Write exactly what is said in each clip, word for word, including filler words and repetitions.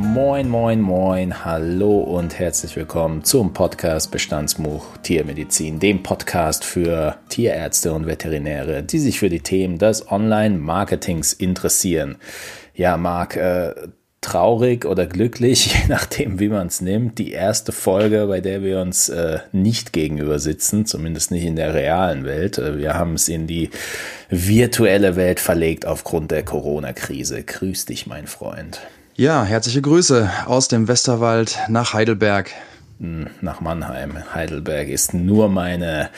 Moin, moin, moin, hallo und herzlich willkommen zum Podcast Bestandsbuch Tiermedizin, dem Podcast für Tierärzte und Veterinäre, die sich für die Themen des Online-Marketings interessieren. Ja, Marc, äh, traurig oder glücklich, je nachdem, wie man es nimmt, die erste Folge, bei der wir uns äh, nicht gegenüber sitzen, zumindest nicht in der realen Welt. Wir haben es in die virtuelle Welt verlegt aufgrund der Corona-Krise. Grüß dich, mein Freund. Ja, herzliche Grüße aus dem Westerwald nach Heidelberg. Nach Mannheim. Heidelberg ist nur meine,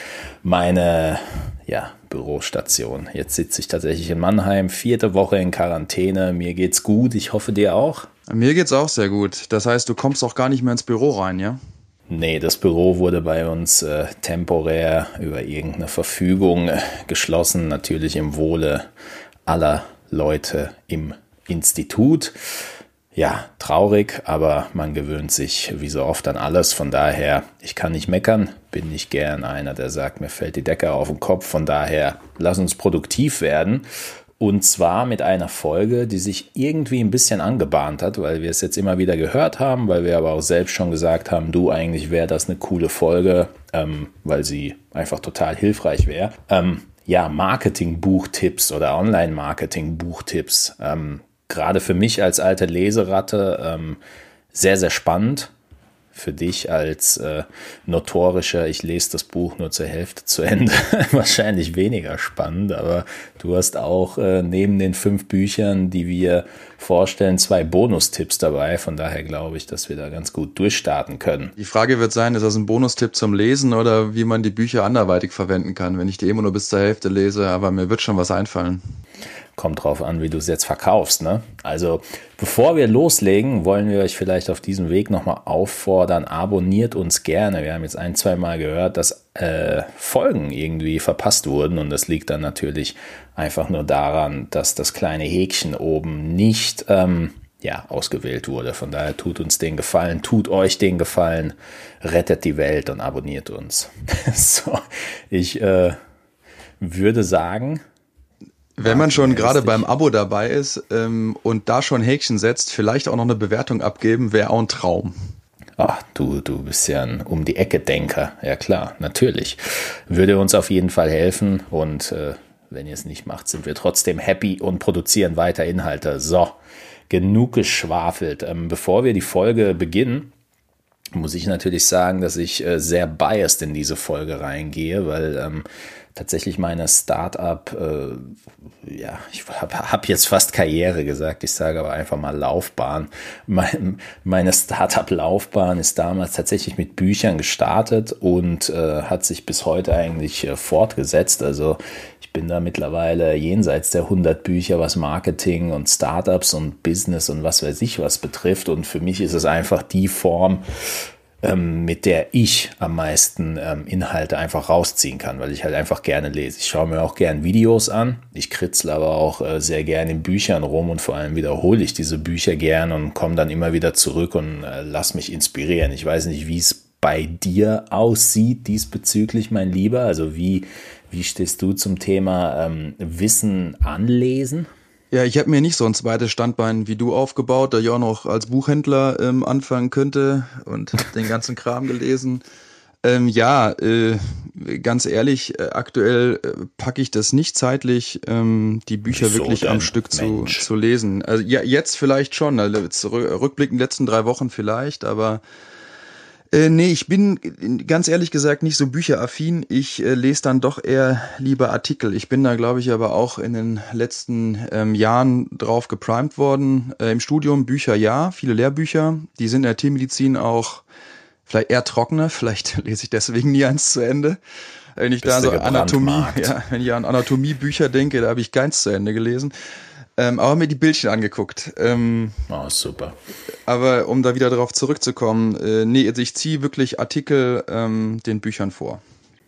meine ja, Bürostation. Jetzt sitze ich tatsächlich in Mannheim, vierte Woche in Quarantäne. Mir geht's gut, ich hoffe dir auch. Mir geht's auch sehr gut. Das heißt, du kommst auch gar nicht mehr ins Büro rein, ja? Nee, das Büro wurde bei uns äh, temporär über irgendeine Verfügung äh, geschlossen. Natürlich im Wohle aller Leute im Institut. Ja, traurig, aber man gewöhnt sich wie so oft an alles. Von daher, ich kann nicht meckern, bin nicht gern einer, der sagt, mir fällt die Decke auf den Kopf. Von daher, lass uns produktiv werden. Und zwar mit einer Folge, die sich irgendwie ein bisschen angebahnt hat, weil wir es jetzt immer wieder gehört haben, weil wir aber auch selbst schon gesagt haben, du, eigentlich wäre das eine coole Folge, ähm, weil sie einfach total hilfreich wäre. Ähm, ja, Marketing-Buchtipps oder Online-Marketing-Buchtipps. Ähm, Gerade für mich als alte Leseratte ähm, sehr, sehr spannend. Für dich als äh, notorischer, ich lese das Buch nur zur Hälfte zu Ende, wahrscheinlich weniger spannend. Aber du hast auch äh, neben den fünf Büchern, die wir vorstellen, zwei Bonustipps dabei. Von daher glaube ich, dass wir da ganz gut durchstarten können. Die Frage wird sein, ist das ein Bonustipp zum Lesen oder wie man die Bücher anderweitig verwenden kann, wenn ich die immer nur bis zur Hälfte lese, aber mir wird schon was einfallen. Kommt drauf an, wie du es jetzt verkaufst, ne? Also, bevor wir loslegen, wollen wir euch vielleicht auf diesem Weg nochmal auffordern, abonniert uns gerne. Wir haben jetzt ein, zwei Mal gehört, dass äh, Folgen irgendwie verpasst wurden und das liegt dann natürlich einfach nur daran, dass das kleine Häkchen oben nicht ähm, ja, ausgewählt wurde. Von daher tut uns den Gefallen, tut euch den Gefallen, rettet die Welt und abonniert uns. So, ich äh, würde sagen... Wenn man schon gerade beim Abo dabei ist ähm, und da schon Häkchen setzt, vielleicht auch noch eine Bewertung abgeben, wäre auch ein Traum. Ach, du, du bist ja ein Um-die-Ecke-Denker. Ja klar, natürlich. Würde uns auf jeden Fall helfen und äh, wenn ihr es nicht macht, sind wir trotzdem happy und produzieren weiter Inhalte. So, genug geschwafelt. Ähm, bevor wir die Folge beginnen, muss ich natürlich sagen, dass ich äh, sehr biased in diese Folge reingehe, weil ähm, tatsächlich meine Start-up, äh, ja, ich habe hab jetzt fast Karriere gesagt, ich sage aber einfach mal Laufbahn. Mein, meine Start-up-Laufbahn ist damals tatsächlich mit Büchern gestartet und äh, hat sich bis heute eigentlich äh, fortgesetzt. Also ich bin da mittlerweile jenseits der hundert Bücher, was Marketing und Startups und Business und was weiß ich was betrifft. Und für mich ist es einfach die Form, ähm, mit der ich am meisten ähm, Inhalte einfach rausziehen kann, weil ich halt einfach gerne lese. Ich schaue mir auch gern Videos an. Ich kritzle aber auch äh, sehr gerne in Büchern rum und vor allem wiederhole ich diese Bücher gern und komme dann immer wieder zurück und äh, lass mich inspirieren. Ich weiß nicht, wie es bei dir aussieht diesbezüglich, mein Lieber. Also wie Wie stehst du zum Thema ähm, Wissen anlesen? Ja, ich habe mir nicht so ein zweites Standbein wie du aufgebaut, da ich auch noch als Buchhändler ähm, anfangen könnte und hab den ganzen Kram gelesen. Ähm, ja, äh, ganz ehrlich, äh, aktuell äh, packe ich das nicht zeitlich, ähm, die Bücher Wieso wirklich denn, am Stück zu, Mensch? zu lesen. Also ja, jetzt vielleicht schon, also rückblickend letzten drei Wochen vielleicht, aber Äh, nee, ich bin ganz ehrlich gesagt nicht so bücheraffin. Ich äh, lese dann doch eher lieber Artikel. Ich bin da, glaube ich, aber auch in den letzten ähm, Jahren drauf geprimed worden. Äh, Im Studium Bücher ja, viele Lehrbücher. Die sind in der Tiermedizin auch vielleicht eher trockener. Vielleicht lese ich deswegen nie eins zu Ende. Wenn ich Bist da du so Anatomie, gebrandmarkt? ja, wenn ich an Anatomie-Bücher denke, da habe ich keins zu Ende gelesen. Ähm, aber mir die Bildchen angeguckt. Ähm, Oh, super. aber um da wieder darauf zurückzukommen, äh, nee, also ich ziehe wirklich Artikel ähm, den Büchern vor.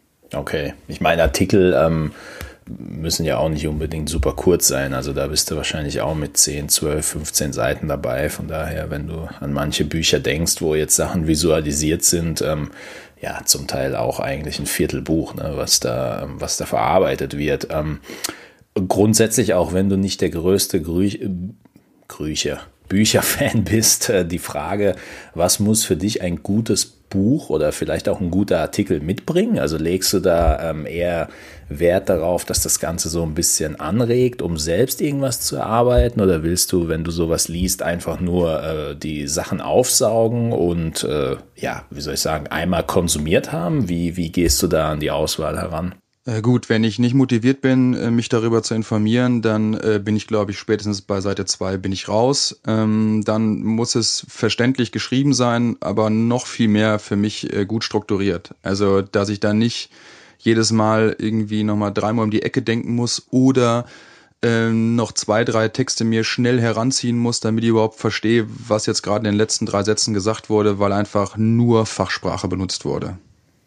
Okay. Ich meine, Artikel ähm, müssen ja auch nicht unbedingt super kurz sein. Also da bist du wahrscheinlich auch mit zehn, zwölf, fünfzehn Seiten dabei. Von daher, wenn du an manche Bücher denkst, wo jetzt Sachen visualisiert sind, ähm, ja, zum Teil auch eigentlich ein Viertelbuch, ne, was da, was da verarbeitet wird. Ähm, grundsätzlich auch, wenn du nicht der größte Grü- Grüche, Bücherfan bist, die Frage, was muss für dich ein gutes Buch oder vielleicht auch ein guter Artikel mitbringen? Also legst du da ähm, eher Wert darauf, dass das Ganze so ein bisschen anregt, um selbst irgendwas zu erarbeiten? Oder willst du, wenn du sowas liest, einfach nur äh, die Sachen aufsaugen und, äh, ja, wie soll ich sagen, einmal konsumiert haben? Wie, wie gehst du da an die Auswahl heran? Äh, gut, wenn ich nicht motiviert bin, äh, mich darüber zu informieren, dann äh, bin ich, glaube ich, spätestens bei Seite zwei bin ich raus. Ähm, dann muss es verständlich geschrieben sein, aber noch viel mehr für mich äh, gut strukturiert. Also, dass ich da nicht jedes Mal irgendwie nochmal dreimal um die Ecke denken muss oder äh, noch zwei, drei Texte mir schnell heranziehen muss, damit ich überhaupt verstehe, was jetzt gerade in den letzten drei Sätzen gesagt wurde, weil einfach nur Fachsprache benutzt wurde.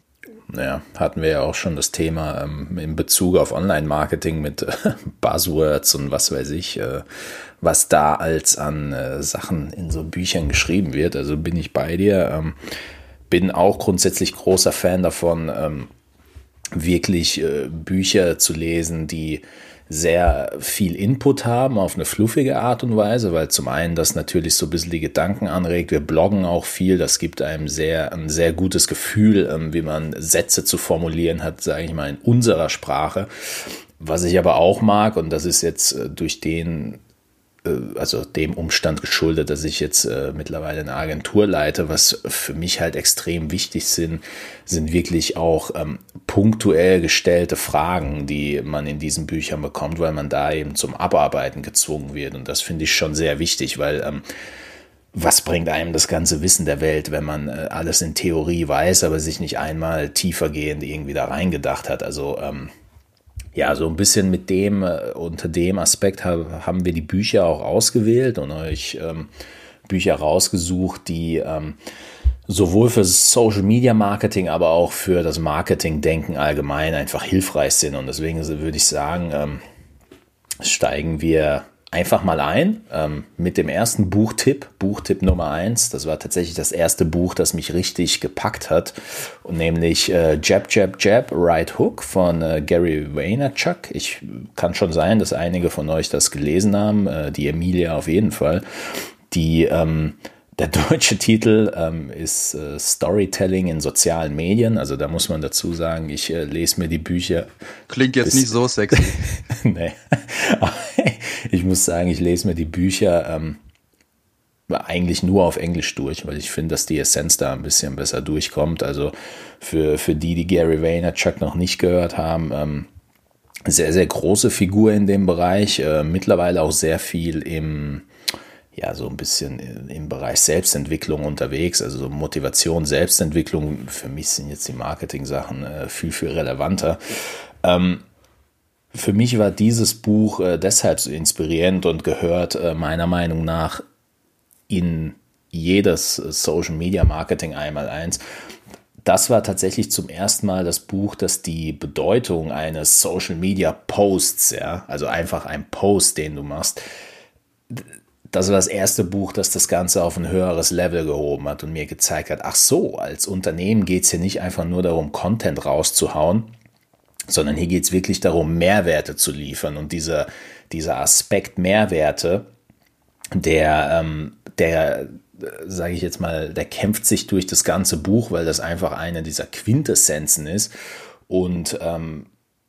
Ja, hatten wir ja auch schon das Thema ähm, in Bezug auf Online-Marketing mit äh, Buzzwords und was weiß ich, äh, was da als an äh, Sachen in so Büchern geschrieben wird. Also bin ich bei dir. Ähm, bin auch grundsätzlich großer Fan davon, ähm, wirklich äh, Bücher zu lesen, die sehr viel Input haben auf eine fluffige Art und Weise, weil zum einen das natürlich so ein bisschen die Gedanken anregt. Wir bloggen auch viel, das gibt einem sehr ein sehr gutes Gefühl, wie man Sätze zu formulieren hat, sage ich mal, in unserer Sprache. Was ich aber auch mag, und das ist jetzt durch den also dem Umstand geschuldet, dass ich jetzt äh, mittlerweile eine Agentur leite, was für mich halt extrem wichtig sind, sind wirklich auch ähm, punktuell gestellte Fragen, die man in diesen Büchern bekommt, weil man da eben zum Abarbeiten gezwungen wird. Und das finde ich schon sehr wichtig, weil ähm, was bringt einem das ganze Wissen der Welt, wenn man äh, alles in Theorie weiß, aber sich nicht einmal tiefergehend irgendwie da reingedacht hat? Also ähm, ja, so ein bisschen mit dem, äh, unter dem Aspekt hab, haben wir die Bücher auch ausgewählt und euch ähm, Bücher rausgesucht, die ähm, sowohl für Social Media Marketing, aber auch für das Marketingdenken allgemein einfach hilfreich sind. Und deswegen würde ich sagen, ähm, steigen wir einfach mal ein ähm, mit dem ersten Buchtipp, Buchtipp Nummer eins. Das war tatsächlich das erste Buch, das mich richtig gepackt hat, und nämlich äh, Jab, Jab, Jab, Right Hook von äh, Gary Vaynerchuk. Ich kann schon sein, dass einige von euch das gelesen haben, äh, die Emilia auf jeden Fall. Die ähm, Der deutsche Titel ähm, ist äh, Storytelling in sozialen Medien. Also da muss man dazu sagen, ich äh, lese mir die Bücher. Klingt jetzt nicht so sexy. Nee. Ich muss sagen, ich lese mir die Bücher ähm, eigentlich nur auf Englisch durch, weil ich finde, dass die Essenz da ein bisschen besser durchkommt. Also für, für die, die Gary Vaynerchuk noch nicht gehört haben, ähm, sehr, sehr große Figur in dem Bereich. Äh, mittlerweile auch sehr viel im ja, so ein bisschen im Bereich Selbstentwicklung unterwegs, also so Motivation, Selbstentwicklung. Für mich sind jetzt die Marketing-Sachen äh, viel, viel relevanter. Ähm, für mich war dieses Buch äh, deshalb so inspirierend und gehört äh, meiner Meinung nach in jedes Social-Media-Marketing einmal eins. Das war tatsächlich zum ersten Mal das Buch, das die Bedeutung eines Social-Media-Posts, ja, also einfach ein Post, den du machst, das war das erste Buch, das das Ganze auf ein höheres Level gehoben hat und mir gezeigt hat, ach so, als Unternehmen geht es hier nicht einfach nur darum, Content rauszuhauen, sondern hier geht es wirklich darum, Mehrwerte zu liefern. Und dieser, dieser Aspekt Mehrwerte, der, ähm, der sage ich jetzt mal, der kämpft sich durch das ganze Buch, weil das einfach eine dieser Quintessenzen ist und ähm,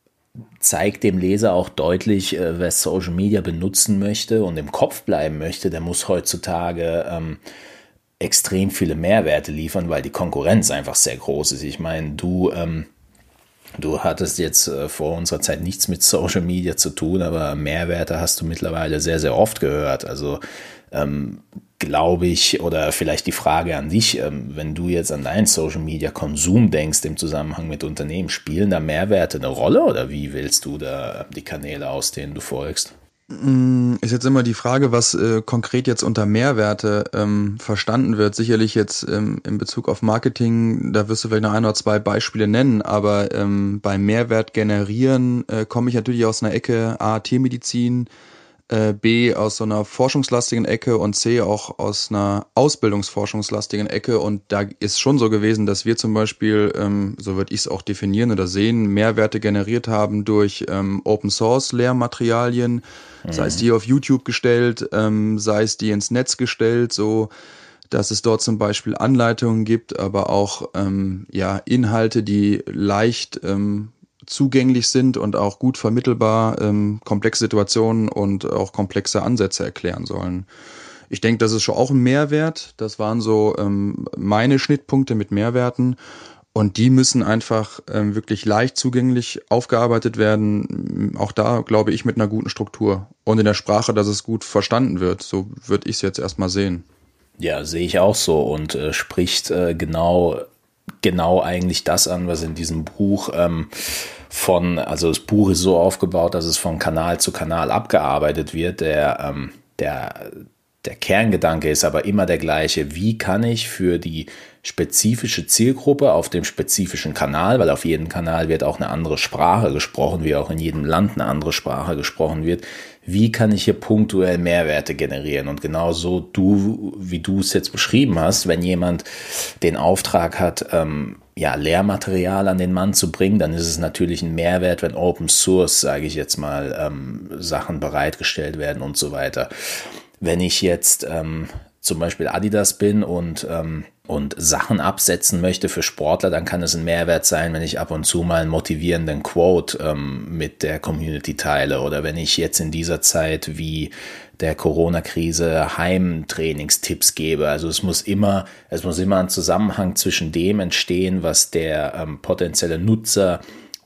zeigt dem Leser auch deutlich, äh, wer Social Media benutzen möchte und im Kopf bleiben möchte, der muss heutzutage ähm, extrem viele Mehrwerte liefern, weil die Konkurrenz einfach sehr groß ist. Ich meine, du, ähm, du hattest jetzt äh, vor unserer Zeit nichts mit Social Media zu tun, aber Mehrwerte hast du mittlerweile sehr, sehr oft gehört. Also ähm, glaube ich, oder vielleicht die Frage an dich, ähm, wenn du jetzt an deinen Social-Media-Konsum denkst im Zusammenhang mit Unternehmen, spielen da Mehrwerte eine Rolle oder wie wählst du da die Kanäle aus, denen du folgst? Ist jetzt immer die Frage, was äh, konkret jetzt unter Mehrwerte ähm, verstanden wird. Sicherlich jetzt ähm, in Bezug auf Marketing, da wirst du vielleicht noch ein oder zwei Beispiele nennen, aber ähm, bei Mehrwert generieren äh, komme ich natürlich aus einer Ecke A, Tiermedizin, äh, B aus so einer forschungslastigen Ecke und C auch aus einer ausbildungsforschungslastigen Ecke. Und da ist schon so gewesen, dass wir zum Beispiel, ähm, so würde ich es auch definieren oder sehen, Mehrwerte generiert haben durch ähm, Open-Source-Lehrmaterialien, mhm. sei es die auf YouTube gestellt, ähm, sei es die ins Netz gestellt, so dass es dort zum Beispiel Anleitungen gibt, aber auch ähm, ja Inhalte, die leicht ähm, zugänglich sind und auch gut vermittelbar ähm, komplexe Situationen und auch komplexe Ansätze erklären sollen. Ich denke, das ist schon auch ein Mehrwert. Das waren so ähm, meine Schnittpunkte mit Mehrwerten. Und die müssen einfach ähm, wirklich leicht zugänglich aufgearbeitet werden. Auch da, glaube ich, mit einer guten Struktur. Und in der Sprache, dass es gut verstanden wird. So würde ich es jetzt erstmal sehen. Ja, sehe ich auch so und äh, spricht äh, genau, genau eigentlich das an, was in diesem Buch ähm, von, also das Buch ist so aufgebaut, dass es von Kanal zu Kanal abgearbeitet wird. Der, ähm, der, der Kerngedanke ist aber immer der gleiche. Wie kann ich für die spezifische Zielgruppe auf dem spezifischen Kanal, weil auf jedem Kanal wird auch eine andere Sprache gesprochen, wie auch in jedem Land eine andere Sprache gesprochen wird, wie kann ich hier punktuell Mehrwerte generieren? Und genauso du, wie du es jetzt beschrieben hast, wenn jemand den Auftrag hat, ähm, ja, Lehrmaterial an den Mann zu bringen, dann ist es natürlich ein Mehrwert, wenn Open Source, sage ich jetzt mal, ähm, Sachen bereitgestellt werden und so weiter. Wenn ich jetzt ähm, zum Beispiel Adidas bin und ähm, und Sachen absetzen möchte für Sportler, dann kann es ein Mehrwert sein, wenn ich ab und zu mal einen motivierenden Quote ähm, mit der Community teile oder wenn ich jetzt in dieser Zeit wie der Corona-Krise Heimtrainingstipps gebe. Also es muss immer, es muss immer ein Zusammenhang zwischen dem entstehen, was der ähm, potenzielle Nutzer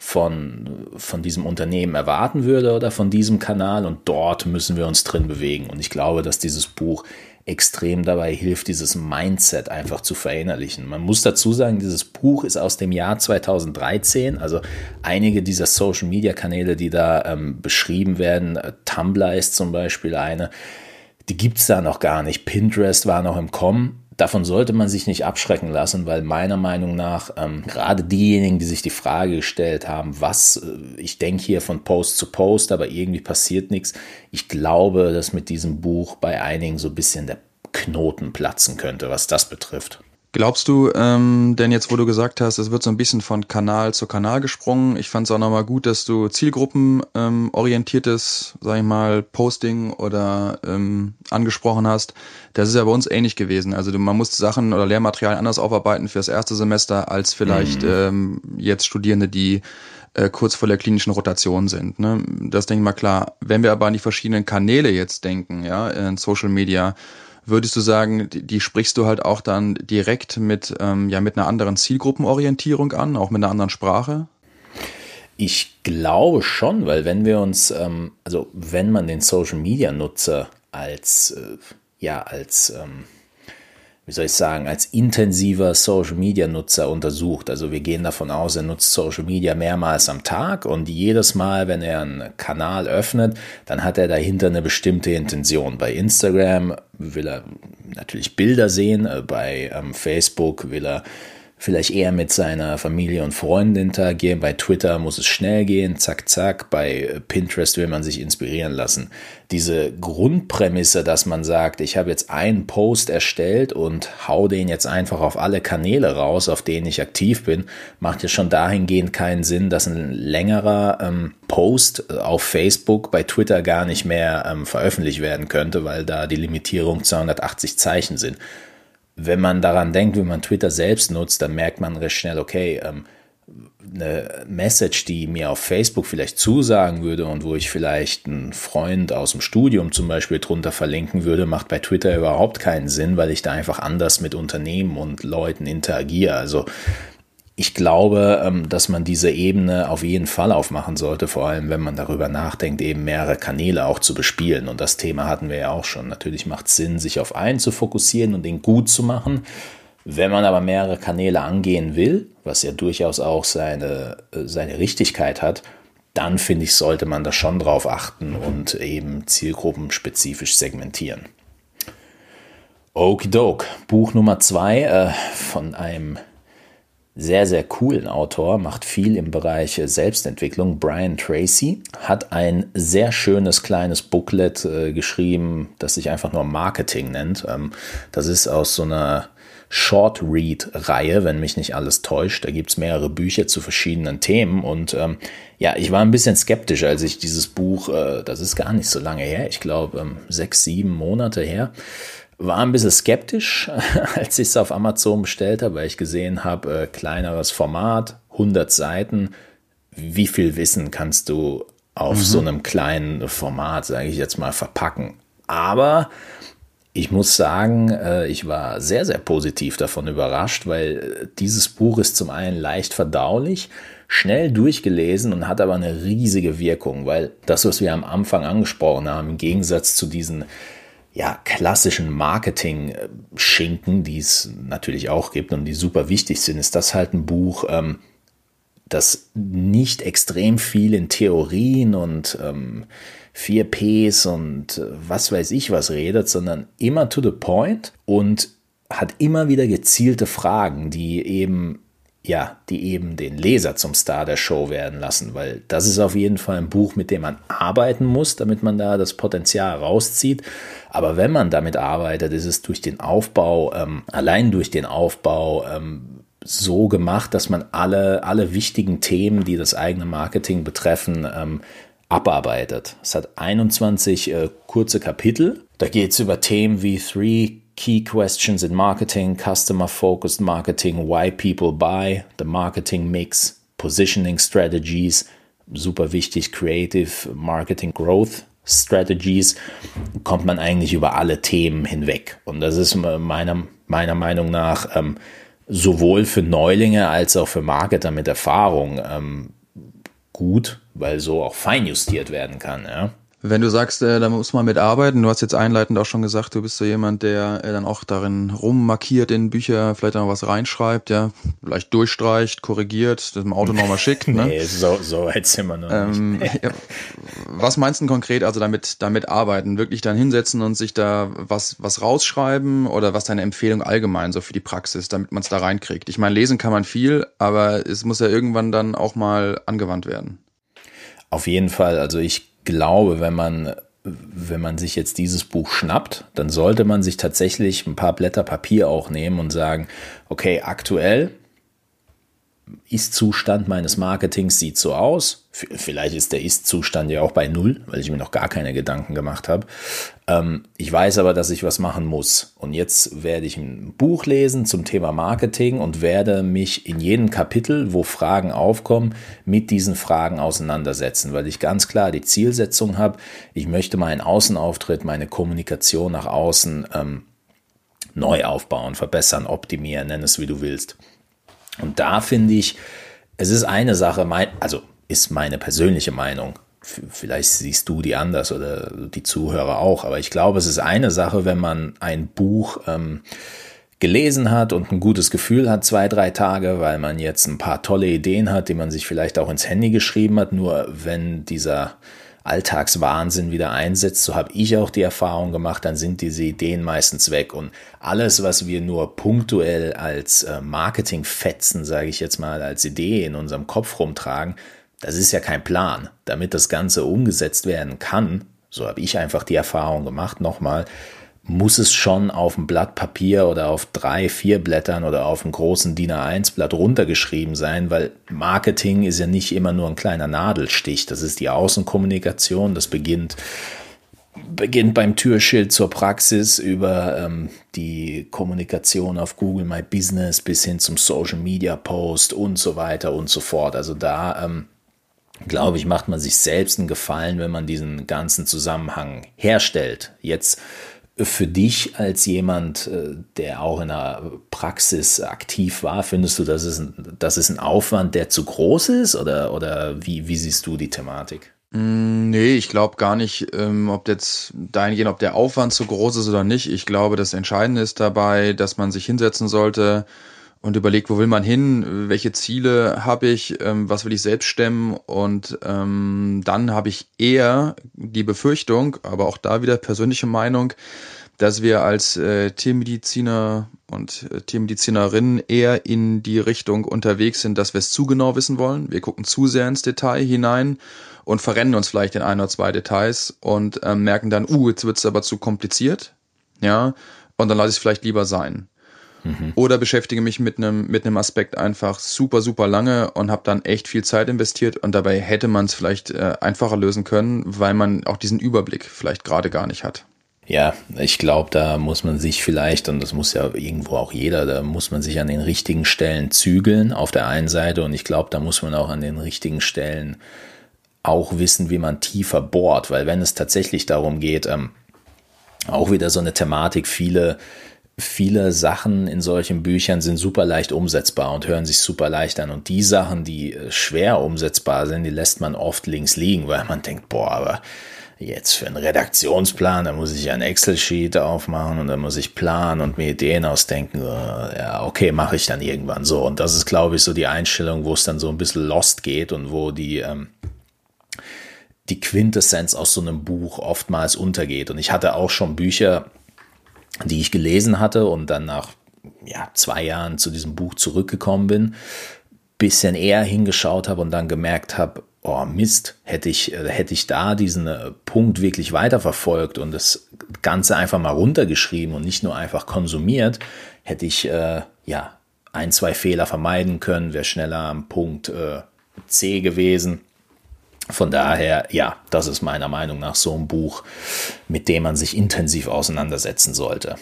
von, von diesem Unternehmen erwarten würde oder von diesem Kanal und dort müssen wir uns drin bewegen. Und ich glaube, dass dieses Buch extrem dabei hilft, dieses Mindset einfach zu verinnerlichen. Man muss dazu sagen, dieses Buch ist aus dem Jahr zweitausenddreizehn, also einige dieser Social-Media-Kanäle, die da ähm, beschrieben werden, äh, Tumblr ist zum Beispiel eine, die gibt es da noch gar nicht, Pinterest war noch im Kommen. Davon sollte man sich nicht abschrecken lassen, weil meiner Meinung nach ähm, gerade diejenigen, die sich die Frage gestellt haben, was, äh, ich denke hier von Post zu Post, aber irgendwie passiert nichts. Ich glaube, dass mit diesem Buch bei einigen so ein bisschen der Knoten platzen könnte, was das betrifft. Glaubst du, ähm, denn jetzt, wo du gesagt hast, es wird so ein bisschen von Kanal zu Kanal gesprungen, ich fand es auch nochmal gut, dass du zielgruppenorientiertes, ähm, sag ich mal, Posting oder ähm, angesprochen hast. Das ist ja bei uns ähnlich gewesen. Also man musste Sachen oder Lehrmaterialien anders aufarbeiten für das erste Semester als vielleicht mhm. ähm, jetzt Studierende, die äh, kurz vor der klinischen Rotation sind. Ne? Das denke ich mal klar. Wenn wir aber an die verschiedenen Kanäle jetzt denken, ja, in Social Media, würdest du sagen, die, die sprichst du halt auch dann direkt mit, ähm, ja, mit einer anderen Zielgruppenorientierung an, auch mit einer anderen Sprache? Ich glaube schon, weil wenn wir uns, ähm, also wenn man den Social-Media-Nutzer als, äh, ja, als, ähm, wie soll ich sagen, als intensiver Social-Media-Nutzer untersucht. Also wir gehen davon aus, er nutzt Social Media mehrmals am Tag und jedes Mal, wenn er einen Kanal öffnet, dann hat er dahinter eine bestimmte Intention. Bei Instagram will er natürlich Bilder sehen, bei ähm, Facebook will er vielleicht eher mit seiner Familie und Freunden interagieren. Bei Twitter muss es schnell gehen, zack, zack. Bei Pinterest will man sich inspirieren lassen. Diese Grundprämisse, dass man sagt, ich habe jetzt einen Post erstellt und hau den jetzt einfach auf alle Kanäle raus, auf denen ich aktiv bin, macht ja schon dahingehend keinen Sinn, dass ein längerer ähm, Post auf Facebook bei Twitter gar nicht mehr ähm, veröffentlicht werden könnte, weil da die Limitierung zweihundertachtzig Zeichen sind. Wenn man daran denkt, wie man Twitter selbst nutzt, dann merkt man recht schnell, okay, ähm, eine Message, die mir auf Facebook vielleicht zusagen würde und wo ich vielleicht einen Freund aus dem Studium zum Beispiel drunter verlinken würde, macht bei Twitter überhaupt keinen Sinn, weil ich da einfach anders mit Unternehmen und Leuten interagiere. Also ich glaube, dass man diese Ebene auf jeden Fall aufmachen sollte, vor allem wenn man darüber nachdenkt, eben mehrere Kanäle auch zu bespielen. Und das Thema hatten wir ja auch schon. Natürlich macht es Sinn, sich auf einen zu fokussieren und den gut zu machen. Wenn man aber mehrere Kanäle angehen will, was ja durchaus auch seine, seine Richtigkeit hat, dann finde ich, sollte man da schon drauf achten und eben zielgruppenspezifisch segmentieren. Okidok, Buch Nummer zwei äh, von einem, sehr, sehr coolen Autor, macht viel im Bereich Selbstentwicklung. Brian Tracy hat ein sehr schönes kleines Booklet äh, geschrieben, das sich einfach nur Marketing nennt. Ähm, das ist aus so einer Short-Read-Reihe, wenn mich nicht alles täuscht. Da gibt es mehrere Bücher zu verschiedenen Themen und ähm, ja, ich war ein bisschen skeptisch, als ich dieses Buch, äh, das ist gar nicht so lange her, ich glaube ähm, sechs, sieben Monate her, war ein bisschen skeptisch, als ich es auf Amazon bestellt habe, weil ich gesehen habe, äh, kleineres Format, hundert Seiten. Wie viel Wissen kannst du auf mhm. so einem kleinen Format, sage ich jetzt mal, verpacken? Aber ich muss sagen, äh, ich war sehr, sehr positiv davon überrascht, weil dieses Buch ist zum einen leicht verdaulich, schnell durchgelesen und hat aber eine riesige Wirkung, weil das, was wir am Anfang angesprochen haben, im Gegensatz zu diesen ja, klassischen Marketing-Schinken, die es natürlich auch gibt und die super wichtig sind, ist das halt ein Buch, ähm, das nicht extrem viel in Theorien und ähm, vier Ps und äh, was weiß ich was redet, sondern immer to the point und hat immer wieder gezielte Fragen, die eben ja, die eben den Leser zum Star der Show werden lassen, weil das ist auf jeden Fall ein Buch, mit dem man arbeiten muss, damit man da das Potenzial rauszieht. Aber wenn man damit arbeitet, ist es durch den Aufbau, ähm, allein durch den Aufbau ähm, so gemacht, dass man alle, alle wichtigen Themen, die das eigene Marketing betreffen, ähm, abarbeitet. Es hat einundzwanzig äh, kurze Kapitel. Da geht es über Themen wie Three Key Questions in Marketing, Customer-Focused Marketing, Why People Buy, the Marketing Mix, Positioning Strategies, super wichtig, Creative Marketing Growth Strategies, kommt man eigentlich über alle Themen hinweg. Und das ist meiner, meiner Meinung nach ähm, sowohl für Neulinge als auch für Marketer mit Erfahrung ähm, gut, weil so auch feinjustiert werden kann, ja. Wenn du sagst, äh, da muss man mitarbeiten, du hast jetzt einleitend auch schon gesagt, du bist so jemand, der äh, dann auch darin rummarkiert in Bücher, vielleicht noch was reinschreibt, ja, vielleicht durchstreicht, korrigiert, das im Auto nochmal schickt, ne? Nee, so, so weit sind wir noch ähm, nicht. Ja, was meinst du konkret, also damit, damit arbeiten? Wirklich dann hinsetzen und sich da was, was rausschreiben oder was deine Empfehlung allgemein so für die Praxis, damit man es da reinkriegt? Ich meine, lesen kann man viel, aber es muss ja irgendwann dann auch mal angewandt werden. Auf jeden Fall, also ich glaube, wenn man, wenn man sich jetzt dieses Buch schnappt, dann sollte man sich tatsächlich ein paar Blätter Papier auch nehmen und sagen, okay, aktuell Ist-Zustand meines Marketings sieht so aus. Vielleicht ist der Ist-Zustand ja auch bei null, weil ich mir noch gar keine Gedanken gemacht habe. Ähm, ich weiß aber, dass ich was machen muss. Und jetzt werde ich ein Buch lesen zum Thema Marketing und werde mich in jedem Kapitel, wo Fragen aufkommen, mit diesen Fragen auseinandersetzen, weil ich ganz klar die Zielsetzung habe, ich möchte meinen Außenauftritt, meine Kommunikation nach außen ähm, neu aufbauen, verbessern, optimieren, nenn es wie du willst. Und da finde ich, es ist eine Sache, mein, also ist meine persönliche Meinung, vielleicht siehst du die anders oder die Zuhörer auch, aber ich glaube, es ist eine Sache, wenn man ein Buch ähm, gelesen hat und ein gutes Gefühl hat, zwei, drei Tage, weil man jetzt ein paar tolle Ideen hat, die man sich vielleicht auch ins Handy geschrieben hat, nur wenn dieser Alltagswahnsinn wieder einsetzt, so habe ich auch die Erfahrung gemacht, dann sind diese Ideen meistens weg und alles, was wir nur punktuell als äh, Marketingfetzen, sage ich jetzt mal, als Idee in unserem Kopf rumtragen, das ist ja kein Plan. Damit das Ganze umgesetzt werden kann, so habe ich einfach die Erfahrung gemacht, nochmal, muss es schon auf ein Blatt Papier oder auf drei, vier Blättern oder auf einem großen D I N A eins Blatt runtergeschrieben sein, weil Marketing ist ja nicht immer nur ein kleiner Nadelstich. Das ist die Außenkommunikation, das beginnt, beginnt beim Türschild zur Praxis über ähm, die Kommunikation auf Google My Business bis hin zum Social Media Post und so weiter und so fort. Also da ähm, glaube ich, macht man sich selbst einen Gefallen, wenn man diesen ganzen Zusammenhang herstellt. Jetzt für dich als jemand, der auch in der Praxis aktiv war, findest du, das ist ein, das ist ein Aufwand, der zu groß ist oder, oder wie, wie siehst du die Thematik? Nee, ich glaube gar nicht, ähm, ob jetzt dahingehend, ob der Aufwand zu groß ist oder nicht. Ich glaube, das Entscheidende ist dabei, dass man sich hinsetzen sollte und überlegt, wo will man hin, welche Ziele habe ich, ähm, was will ich selbst stemmen und ähm, dann habe ich eher die Befürchtung, aber auch da wieder persönliche Meinung, dass wir als äh, Tiermediziner und äh, Tiermedizinerinnen eher in die Richtung unterwegs sind, dass wir es zu genau wissen wollen. Wir gucken zu sehr ins Detail hinein und verrennen uns vielleicht in ein oder zwei Details und ähm, merken dann, uh, jetzt wird es aber zu kompliziert, ja, und dann lasse ich es vielleicht lieber sein. Mhm. Oder beschäftige mich mit einem mit einem Aspekt einfach super, super lange und habe dann echt viel Zeit investiert und dabei hätte man es vielleicht äh, einfacher lösen können, weil man auch diesen Überblick vielleicht gerade gar nicht hat. Ja, ich glaube, da muss man sich vielleicht, und das muss ja irgendwo auch jeder, da muss man sich an den richtigen Stellen zügeln auf der einen Seite und ich glaube, da muss man auch an den richtigen Stellen auch wissen, wie man tiefer bohrt, weil wenn es tatsächlich darum geht, ähm, auch wieder so eine Thematik, viele Viele Sachen in solchen Büchern sind super leicht umsetzbar und hören sich super leicht an. Und die Sachen, die schwer umsetzbar sind, die lässt man oft links liegen, weil man denkt, boah, aber jetzt für einen Redaktionsplan, da muss ich ein Excel-Sheet aufmachen und da muss ich planen und mir Ideen ausdenken. Ja, okay, mache ich dann irgendwann so. Und das ist, glaube ich, so die Einstellung, wo es dann so ein bisschen lost geht und wo die, ähm, die Quintessenz aus so einem Buch oftmals untergeht. Und ich hatte auch schon Bücher, die ich gelesen hatte und dann nach ja, zwei Jahren zu diesem Buch zurückgekommen bin, bisschen eher hingeschaut habe und dann gemerkt habe, oh Mist, hätte ich, hätte ich da diesen Punkt wirklich weiterverfolgt und das Ganze einfach mal runtergeschrieben und nicht nur einfach konsumiert, hätte ich äh, ja ein, zwei Fehler vermeiden können, wäre schneller am Punkt äh, C gewesen. Von daher, ja, das ist meiner Meinung nach so ein Buch, mit dem man sich intensiv auseinandersetzen sollte.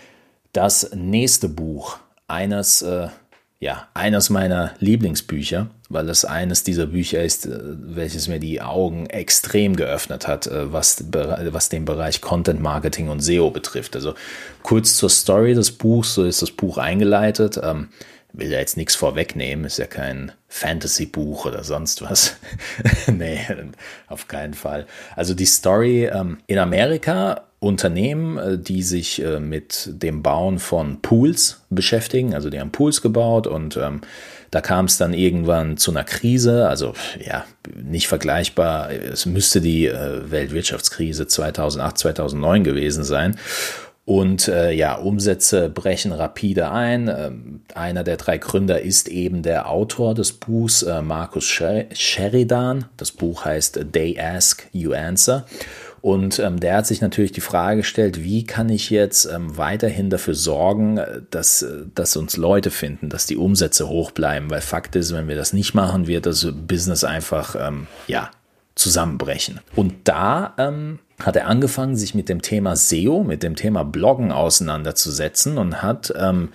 Das nächste Buch, eines, äh, ja, eines meiner Lieblingsbücher, weil es eines dieser Bücher ist, äh, welches mir die Augen extrem geöffnet hat, äh, was, was den Bereich Content Marketing und S E O betrifft. Also kurz zur Story des Buchs, so ist das Buch eingeleitet. Ähm, will ja jetzt nichts vorwegnehmen, ist ja kein Fantasy-Buch oder sonst was. Nee, auf keinen Fall. Also die Story ähm, in Amerika, Unternehmen, die sich äh, mit dem Bauen von Pools beschäftigen, also die haben Pools gebaut und ähm, da kam es dann irgendwann zu einer Krise, also ja, nicht vergleichbar, es müsste die äh, Weltwirtschaftskrise zweitausendacht, zweitausendneun gewesen sein. Und äh, ja, Umsätze brechen rapide ein. Ähm, einer der drei Gründer ist eben der Autor des Buchs, äh, Marcus Sher- Sheridan. Das Buch heißt They Ask, You Answer. Und ähm, der hat sich natürlich die Frage gestellt, wie kann ich jetzt ähm, weiterhin dafür sorgen, dass, dass uns Leute finden, dass die Umsätze hoch bleiben. Weil Fakt ist, wenn wir das nicht machen, wird das Business einfach ähm, ja, zusammenbrechen. Und da ähm, hat er angefangen, sich mit dem Thema S E O, mit dem Thema Bloggen auseinanderzusetzen und hat, ähm,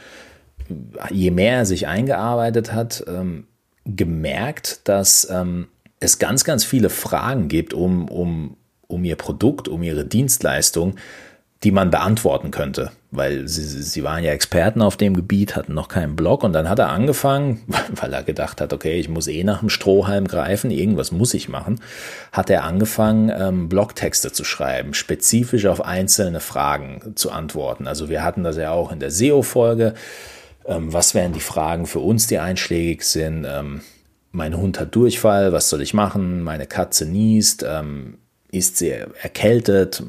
je mehr er sich eingearbeitet hat, ähm, gemerkt, dass ähm, es ganz, ganz viele Fragen gibt um, um, um ihr Produkt, um ihre Dienstleistung, die man beantworten könnte, weil sie, sie waren ja Experten auf dem Gebiet, hatten noch keinen Blog und dann hat er angefangen, weil er gedacht hat, okay, ich muss eh nach dem Strohhalm greifen, irgendwas muss ich machen, hat er angefangen, ähm, Blogtexte zu schreiben, spezifisch auf einzelne Fragen zu antworten. Also wir hatten das ja auch in der S E O-Folge, ähm, was wären die Fragen für uns, die einschlägig sind, ähm, mein Hund hat Durchfall, was soll ich machen, meine Katze niest, ähm, ist sie erkältet,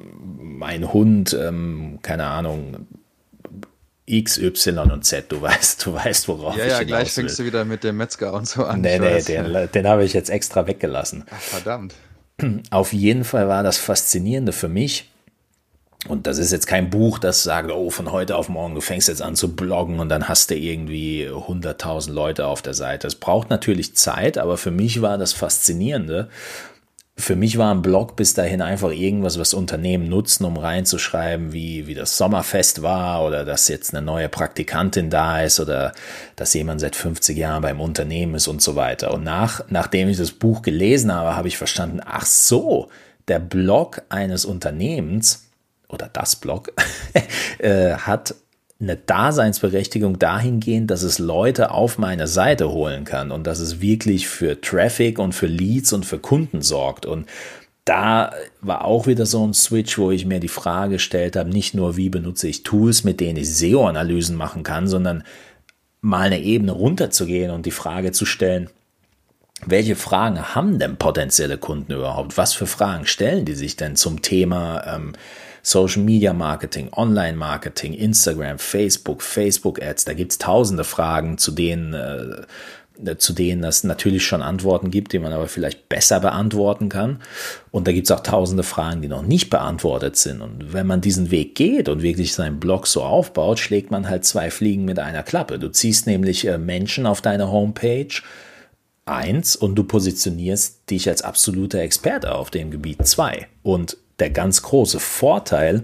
mein Hund, ähm, keine Ahnung, X, Y und Z, du weißt, du weißt, worauf ja, ich Ja, ja, hinaus gleich will. fängst du wieder mit dem Metzger und so an. Nee, nee, den, den habe ich jetzt extra weggelassen. Ach, verdammt. Auf jeden Fall war das Faszinierende für mich, und das ist jetzt kein Buch, das sagt, oh, von heute auf morgen, du fängst jetzt an zu bloggen und dann hast du irgendwie hunderttausend Leute auf der Seite. Es braucht natürlich Zeit, aber für mich war das Faszinierende, Für mich war ein Blog bis dahin einfach irgendwas, was Unternehmen nutzen, um reinzuschreiben, wie, wie das Sommerfest war oder dass jetzt eine neue Praktikantin da ist oder dass jemand seit fünfzig Jahren beim Unternehmen ist und so weiter. Und nach, nachdem ich das Buch gelesen habe, habe ich verstanden, ach so, der Blog eines Unternehmens oder das Blog äh, hat eine Daseinsberechtigung dahingehend, dass es Leute auf meine Seite holen kann und dass es wirklich für Traffic und für Leads und für Kunden sorgt. Und da war auch wieder so ein Switch, wo ich mir die Frage gestellt habe, nicht nur wie benutze ich Tools, mit denen ich S E O-Analysen machen kann, sondern mal eine Ebene runterzugehen und die Frage zu stellen, welche Fragen haben denn potenzielle Kunden überhaupt? Was für Fragen stellen die sich denn zum Thema ähm, Social Media Marketing, Online Marketing, Instagram, Facebook, Facebook Ads, da gibt's tausende Fragen, zu denen, äh, zu denen es natürlich schon Antworten gibt, die man aber vielleicht besser beantworten kann. Und da gibt's auch tausende Fragen, die noch nicht beantwortet sind. Und wenn man diesen Weg geht und wirklich seinen Blog so aufbaut, schlägt man halt zwei Fliegen mit einer Klappe. Du ziehst nämlich äh, Menschen auf deine Homepage, eins, und du positionierst dich als absoluter Experte auf dem Gebiet, zwei. Und der ganz große Vorteil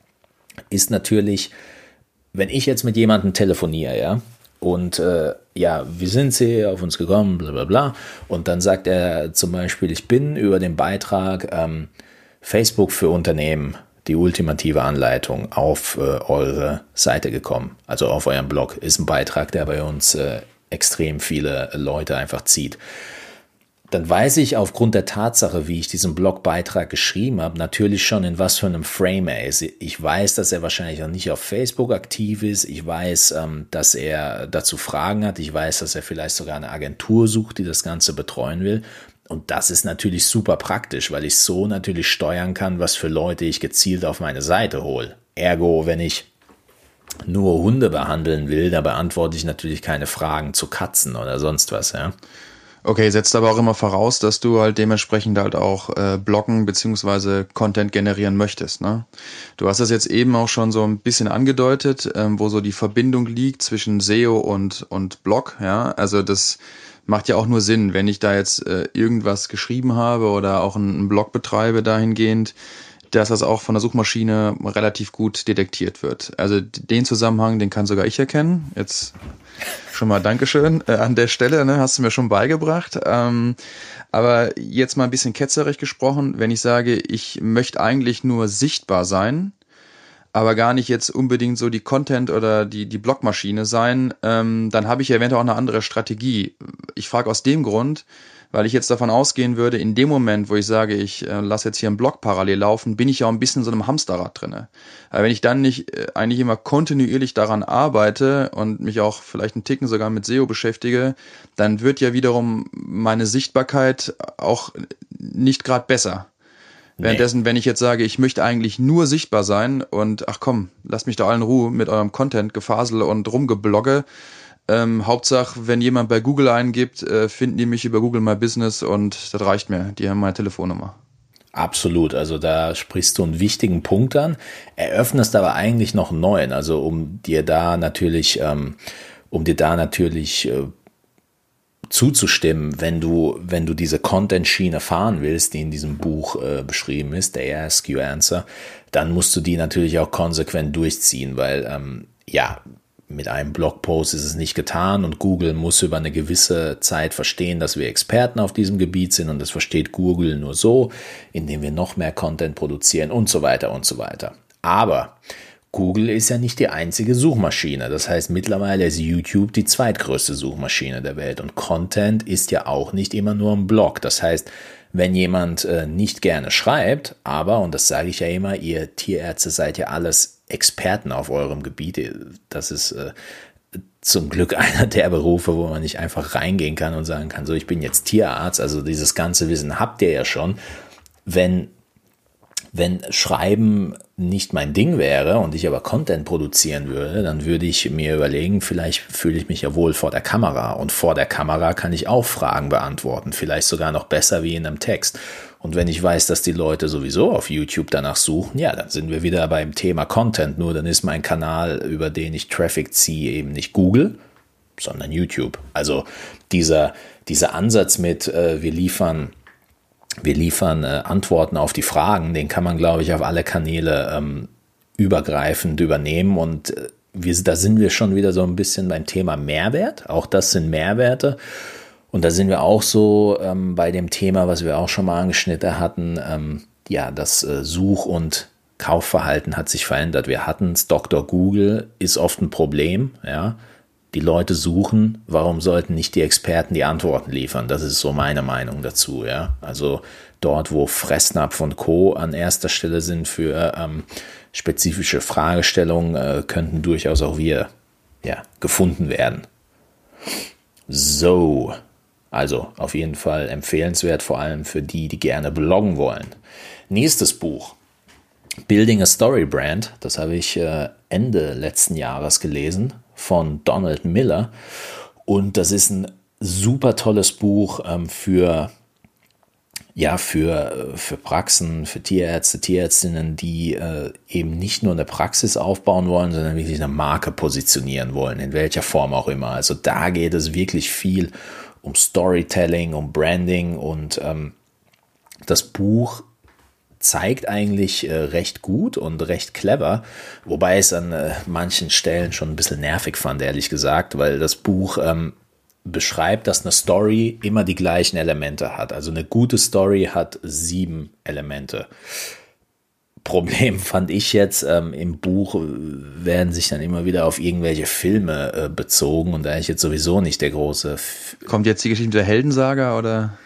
ist natürlich, wenn ich jetzt mit jemandem telefoniere, ja, und äh, ja, wie sind Sie auf uns gekommen, bla bla bla, und dann sagt er zum Beispiel, ich bin über den Beitrag ähm, Facebook für Unternehmen, die ultimative Anleitung, auf äh, eure Seite gekommen, also auf euren Blog, ist ein Beitrag, der bei uns äh, extrem viele Leute einfach zieht. Dann weiß ich aufgrund der Tatsache, wie ich diesen Blogbeitrag geschrieben habe, natürlich schon, in was für einem Frame er ist. Ich weiß, dass er wahrscheinlich noch nicht auf Facebook aktiv ist. Ich weiß, dass er dazu Fragen hat. Ich weiß, dass er vielleicht sogar eine Agentur sucht, die das Ganze betreuen will. Und das ist natürlich super praktisch, weil ich so natürlich steuern kann, was für Leute ich gezielt auf meine Seite hole. Ergo, wenn ich nur Hunde behandeln will, da beantworte ich natürlich keine Fragen zu Katzen oder sonst was, ja. Okay, setzt aber auch immer voraus, dass du halt dementsprechend halt auch äh, bloggen beziehungsweise Content generieren möchtest, ne? Du hast das jetzt eben auch schon so ein bisschen angedeutet, ähm, wo so die Verbindung liegt zwischen S E O und und Blog, ja. Also das macht ja auch nur Sinn, wenn ich da jetzt äh, irgendwas geschrieben habe oder auch einen, einen Blog betreibe dahingehend, dass das auch von der Suchmaschine relativ gut detektiert wird. Also den Zusammenhang, den kann sogar ich erkennen. Jetzt schon mal Dankeschön äh, an der Stelle, ne, hast du mir schon beigebracht. Ähm, aber jetzt mal ein bisschen ketzerisch gesprochen, wenn ich sage, ich möchte eigentlich nur sichtbar sein, aber gar nicht jetzt unbedingt so die Content- oder die die Blogmaschine sein, ähm, dann habe ich eventuell auch eine andere Strategie. Ich frage aus dem Grund, weil ich jetzt davon ausgehen würde, in dem Moment, wo ich sage, ich äh, lasse jetzt hier einen Blog parallel laufen, bin ich ja auch ein bisschen in so einem Hamsterrad drinne. Aber wenn ich dann nicht äh, eigentlich immer kontinuierlich daran arbeite und mich auch vielleicht einen Ticken sogar mit S E O beschäftige, dann wird ja wiederum meine Sichtbarkeit auch nicht gerade besser. Nee. Währenddessen, wenn ich jetzt sage, ich möchte eigentlich nur sichtbar sein und ach komm, lasst mich da allen in Ruhe mit eurem Content, Gefasel und Rumgeblogge, Ähm, Hauptsache, wenn jemand bei Google eingibt, äh, finden die mich über Google My Business und das reicht mir. Die haben meine Telefonnummer. Absolut, also da sprichst du einen wichtigen Punkt an, eröffnest aber eigentlich noch einen neuen, also um dir da natürlich, ähm, um dir da natürlich äh, zuzustimmen, wenn du, wenn du diese Content-Schiene fahren willst, die in diesem Buch äh, beschrieben ist, der Ask You Answer, dann musst du die natürlich auch konsequent durchziehen, weil ähm, ja, mit einem Blogpost ist es nicht getan und Google muss über eine gewisse Zeit verstehen, dass wir Experten auf diesem Gebiet sind und das versteht Google nur so, indem wir noch mehr Content produzieren und so weiter und so weiter. Aber Google ist ja nicht die einzige Suchmaschine. Das heißt, mittlerweile ist YouTube die zweitgrößte Suchmaschine der Welt und Content ist ja auch nicht immer nur ein Blog. Das heißt, wenn jemand äh, nicht gerne schreibt, aber, und das sage ich ja immer, ihr Tierärzte seid ja alles Experten auf eurem Gebiet. Das ist äh, zum Glück einer der Berufe, wo man nicht einfach reingehen kann und sagen kann, so, ich bin jetzt Tierarzt. Also dieses ganze Wissen habt ihr ja schon. Wenn Wenn Schreiben nicht mein Ding wäre und ich aber Content produzieren würde, dann würde ich mir überlegen, vielleicht fühle ich mich ja wohl vor der Kamera. Und vor der Kamera kann ich auch Fragen beantworten, vielleicht sogar noch besser wie in einem Text. Und wenn ich weiß, dass die Leute sowieso auf YouTube danach suchen, ja, dann sind wir wieder beim Thema Content. Nur dann ist mein Kanal, über den ich Traffic ziehe, eben nicht Google, sondern YouTube. Also dieser, dieser Ansatz mit, äh, wir liefern... Wir liefern äh, Antworten auf die Fragen, den kann man, glaube ich, auf alle Kanäle ähm, übergreifend übernehmen und äh, wir, da sind wir schon wieder so ein bisschen beim Thema Mehrwert, auch das sind Mehrwerte und da sind wir auch so ähm, bei dem Thema, was wir auch schon mal angeschnitten hatten, ähm, ja, das äh, Such- und Kaufverhalten hat sich verändert. Wir hatten es, Doktor Google ist oft ein Problem, ja. Die Leute suchen, warum sollten nicht die Experten die Antworten liefern? Das ist so meine Meinung dazu, ja. Also dort, wo Fressnapf und Co. an erster Stelle sind für ähm, spezifische Fragestellungen, äh, könnten durchaus auch wir ja, gefunden werden. So, also auf jeden Fall empfehlenswert, vor allem für die, die gerne bloggen wollen. Nächstes Buch. Building a Story Brand, das habe ich äh, Ende letzten Jahres gelesen von Donald Miller und das ist ein super tolles Buch ähm, für, ja, für, für Praxen, für Tierärzte, Tierärztinnen, die äh, eben nicht nur eine Praxis aufbauen wollen, sondern wirklich eine Marke positionieren wollen, in welcher Form auch immer. Also da geht es wirklich viel um Storytelling, um Branding und ähm, das Buch zeigt eigentlich äh, recht gut und recht clever, wobei es an äh, manchen Stellen schon ein bisschen nervig fand, ehrlich gesagt, weil das Buch ähm, beschreibt, dass eine Story immer die gleichen Elemente hat. Also eine gute Story hat sieben Elemente. Problem fand ich jetzt, ähm, im Buch werden sich dann immer wieder auf irgendwelche Filme äh, bezogen und da ich jetzt sowieso nicht der große... F- Kommt jetzt die Geschichte der Heldensaga oder...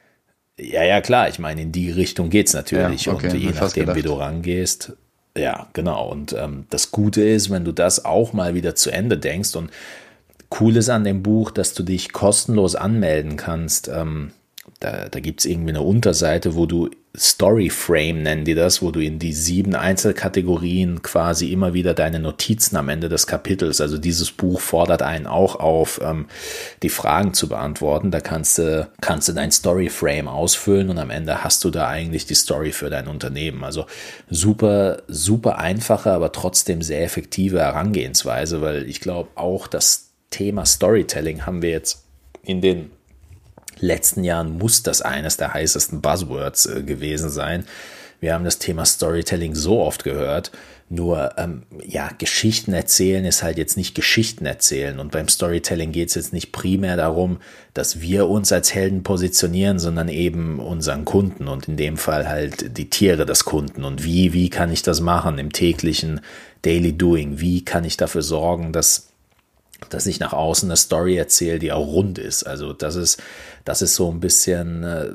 Ja, ja, klar. Ich meine, in die Richtung geht's natürlich. Ja, okay, und je nachdem, wie du rangehst. Ja, genau. Und ähm, das Gute ist, wenn du das auch mal wieder zu Ende denkst. Und cool ist an dem Buch, dass du dich kostenlos anmelden kannst. Ähm, da da gibt's irgendwie eine Unterseite, wo du Storyframe nennen die das, wo du in die sieben Einzelkategorien quasi immer wieder deine Notizen am Ende des Kapitels, also dieses Buch fordert einen auch auf, ähm, die Fragen zu beantworten. Da kannst du, kannst du dein Storyframe ausfüllen und am Ende hast du da eigentlich die Story für dein Unternehmen. Also super, super einfache, aber trotzdem sehr effektive Herangehensweise, weil ich glaube auch das Thema Storytelling haben wir jetzt in den letzten Jahren muss das eines der heißesten Buzzwords äh, gewesen sein. Wir haben das Thema Storytelling so oft gehört, nur ähm, ja, Geschichten erzählen ist halt jetzt nicht Geschichten erzählen und beim Storytelling geht es jetzt nicht primär darum, dass wir uns als Helden positionieren, sondern eben unseren Kunden und in dem Fall halt die Tiere des Kunden und wie, wie kann ich das machen im täglichen Daily Doing, wie kann ich dafür sorgen, dass dass ich nach außen eine Story erzähle, die auch rund ist. Also das ist, das ist so ein bisschen, äh,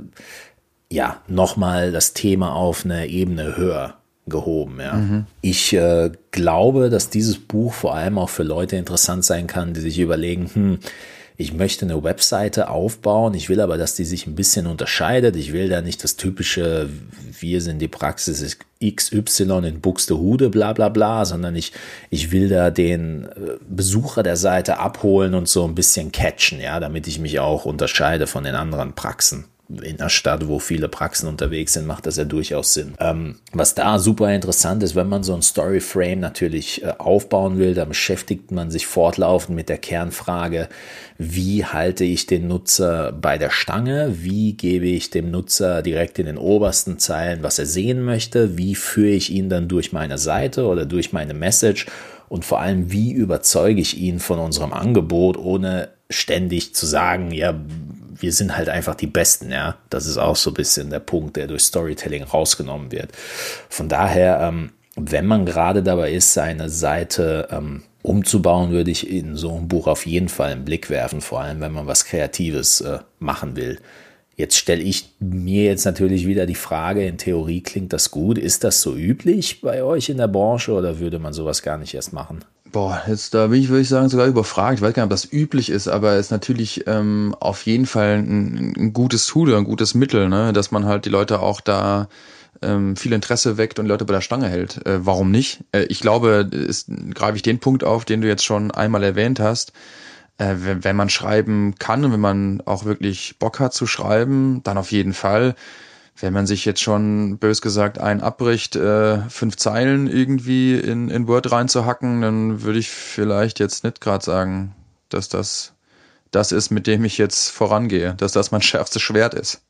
ja, nochmal das Thema auf eine Ebene höher gehoben. Ja. Mhm. Ich äh, glaube, dass dieses Buch vor allem auch für Leute interessant sein kann, die sich überlegen, hm, ich möchte eine Webseite aufbauen, ich will aber, dass die sich ein bisschen unterscheidet. Ich will da nicht das typische, wir sind die Praxis X Y in Buxtehude, bla bla bla, sondern ich, ich will da den Besucher der Seite abholen und so ein bisschen catchen, ja, damit ich mich auch unterscheide von den anderen Praxen. In einer Stadt, wo viele Praxen unterwegs sind, macht das ja durchaus Sinn. Ähm, was da super interessant ist, wenn man so ein Storyframe natürlich äh, aufbauen will, dann beschäftigt man sich fortlaufend mit der Kernfrage, wie halte ich den Nutzer bei der Stange, wie gebe ich dem Nutzer direkt in den obersten Zeilen, was er sehen möchte, wie führe ich ihn dann durch meine Seite oder durch meine Message und vor allem, wie überzeuge ich ihn von unserem Angebot, ohne ständig zu sagen, ja, wir sind halt einfach die Besten, ja. Das ist auch so ein bisschen der Punkt, der durch Storytelling rausgenommen wird. Von daher, ähm, wenn man gerade dabei ist, seine Seite ähm, umzubauen, würde ich in so einem Buch auf jeden Fall einen Blick werfen, vor allem wenn man was Kreatives äh, machen will. Jetzt stelle ich mir jetzt natürlich wieder die Frage, in Theorie klingt das gut, ist das so üblich bei euch in der Branche oder würde man sowas gar nicht erst machen? Boah, jetzt da bin ich, würde ich sagen, sogar überfragt. Ich weiß gar nicht, ob das üblich ist, aber es ist natürlich ähm, auf jeden Fall ein, ein gutes Tool oder ein gutes Mittel, ne, dass man halt die Leute auch da ähm, viel Interesse weckt und die Leute bei der Stange hält. Äh, warum nicht? Äh, ich glaube, ist, greife ich den Punkt auf, den du jetzt schon einmal erwähnt hast. Äh, wenn, wenn man schreiben kann und wenn man auch wirklich Bock hat zu schreiben, dann auf jeden Fall. Wenn man sich jetzt schon, bös gesagt, einen abbricht, äh, fünf Zeilen irgendwie in, in Word reinzuhacken, dann würde ich vielleicht jetzt nicht gerade sagen, dass das das ist, mit dem ich jetzt vorangehe, dass das mein schärfstes Schwert ist.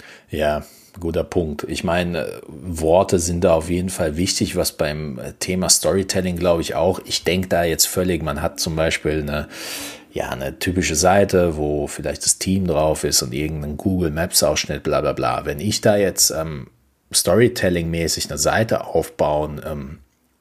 Ja, guter Punkt. Ich meine, Worte sind da auf jeden Fall wichtig, was beim Thema Storytelling, glaube ich, auch. Ich denke da jetzt völlig, man hat zum Beispiel eine ja, eine typische Seite, wo vielleicht das Team drauf ist und irgendein Google Maps Ausschnitt, bla bla bla. Wenn ich da jetzt ähm, Storytelling-mäßig eine Seite aufbauen ähm,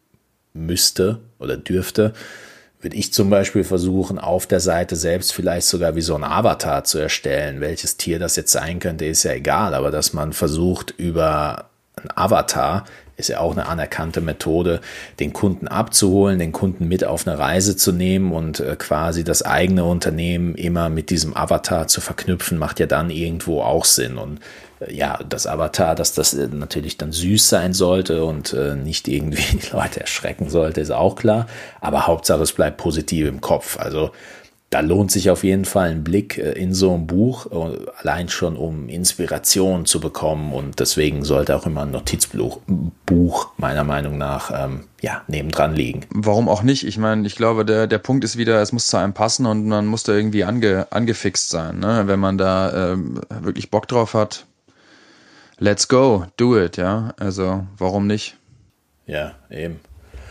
müsste oder dürfte, würde ich zum Beispiel versuchen, auf der Seite selbst vielleicht sogar wie so ein Avatar zu erstellen. Welches Tier das jetzt sein könnte, ist ja egal, aber dass man versucht, über ein Avatar ist ja auch eine anerkannte Methode, den Kunden abzuholen, den Kunden mit auf eine Reise zu nehmen und äh, quasi das eigene Unternehmen immer mit diesem Avatar zu verknüpfen, macht ja dann irgendwo auch Sinn. Und äh, ja, das Avatar, dass das äh, natürlich dann süß sein sollte und äh, nicht irgendwie die Leute erschrecken sollte, ist auch klar. Aber Hauptsache, es bleibt positiv im Kopf. Also da lohnt sich auf jeden Fall ein Blick in so ein Buch, allein schon um Inspiration zu bekommen, und deswegen sollte auch immer ein Notizbuch Buch meiner Meinung nach ähm, ja, nebendran liegen. Warum auch nicht? Ich meine, ich glaube, der, der Punkt ist wieder, es muss zu einem passen und man muss da irgendwie ange, angefixt sein. Ne? Wenn man da ähm, wirklich Bock drauf hat, let's go, do it, ja. Also warum nicht? Ja, eben.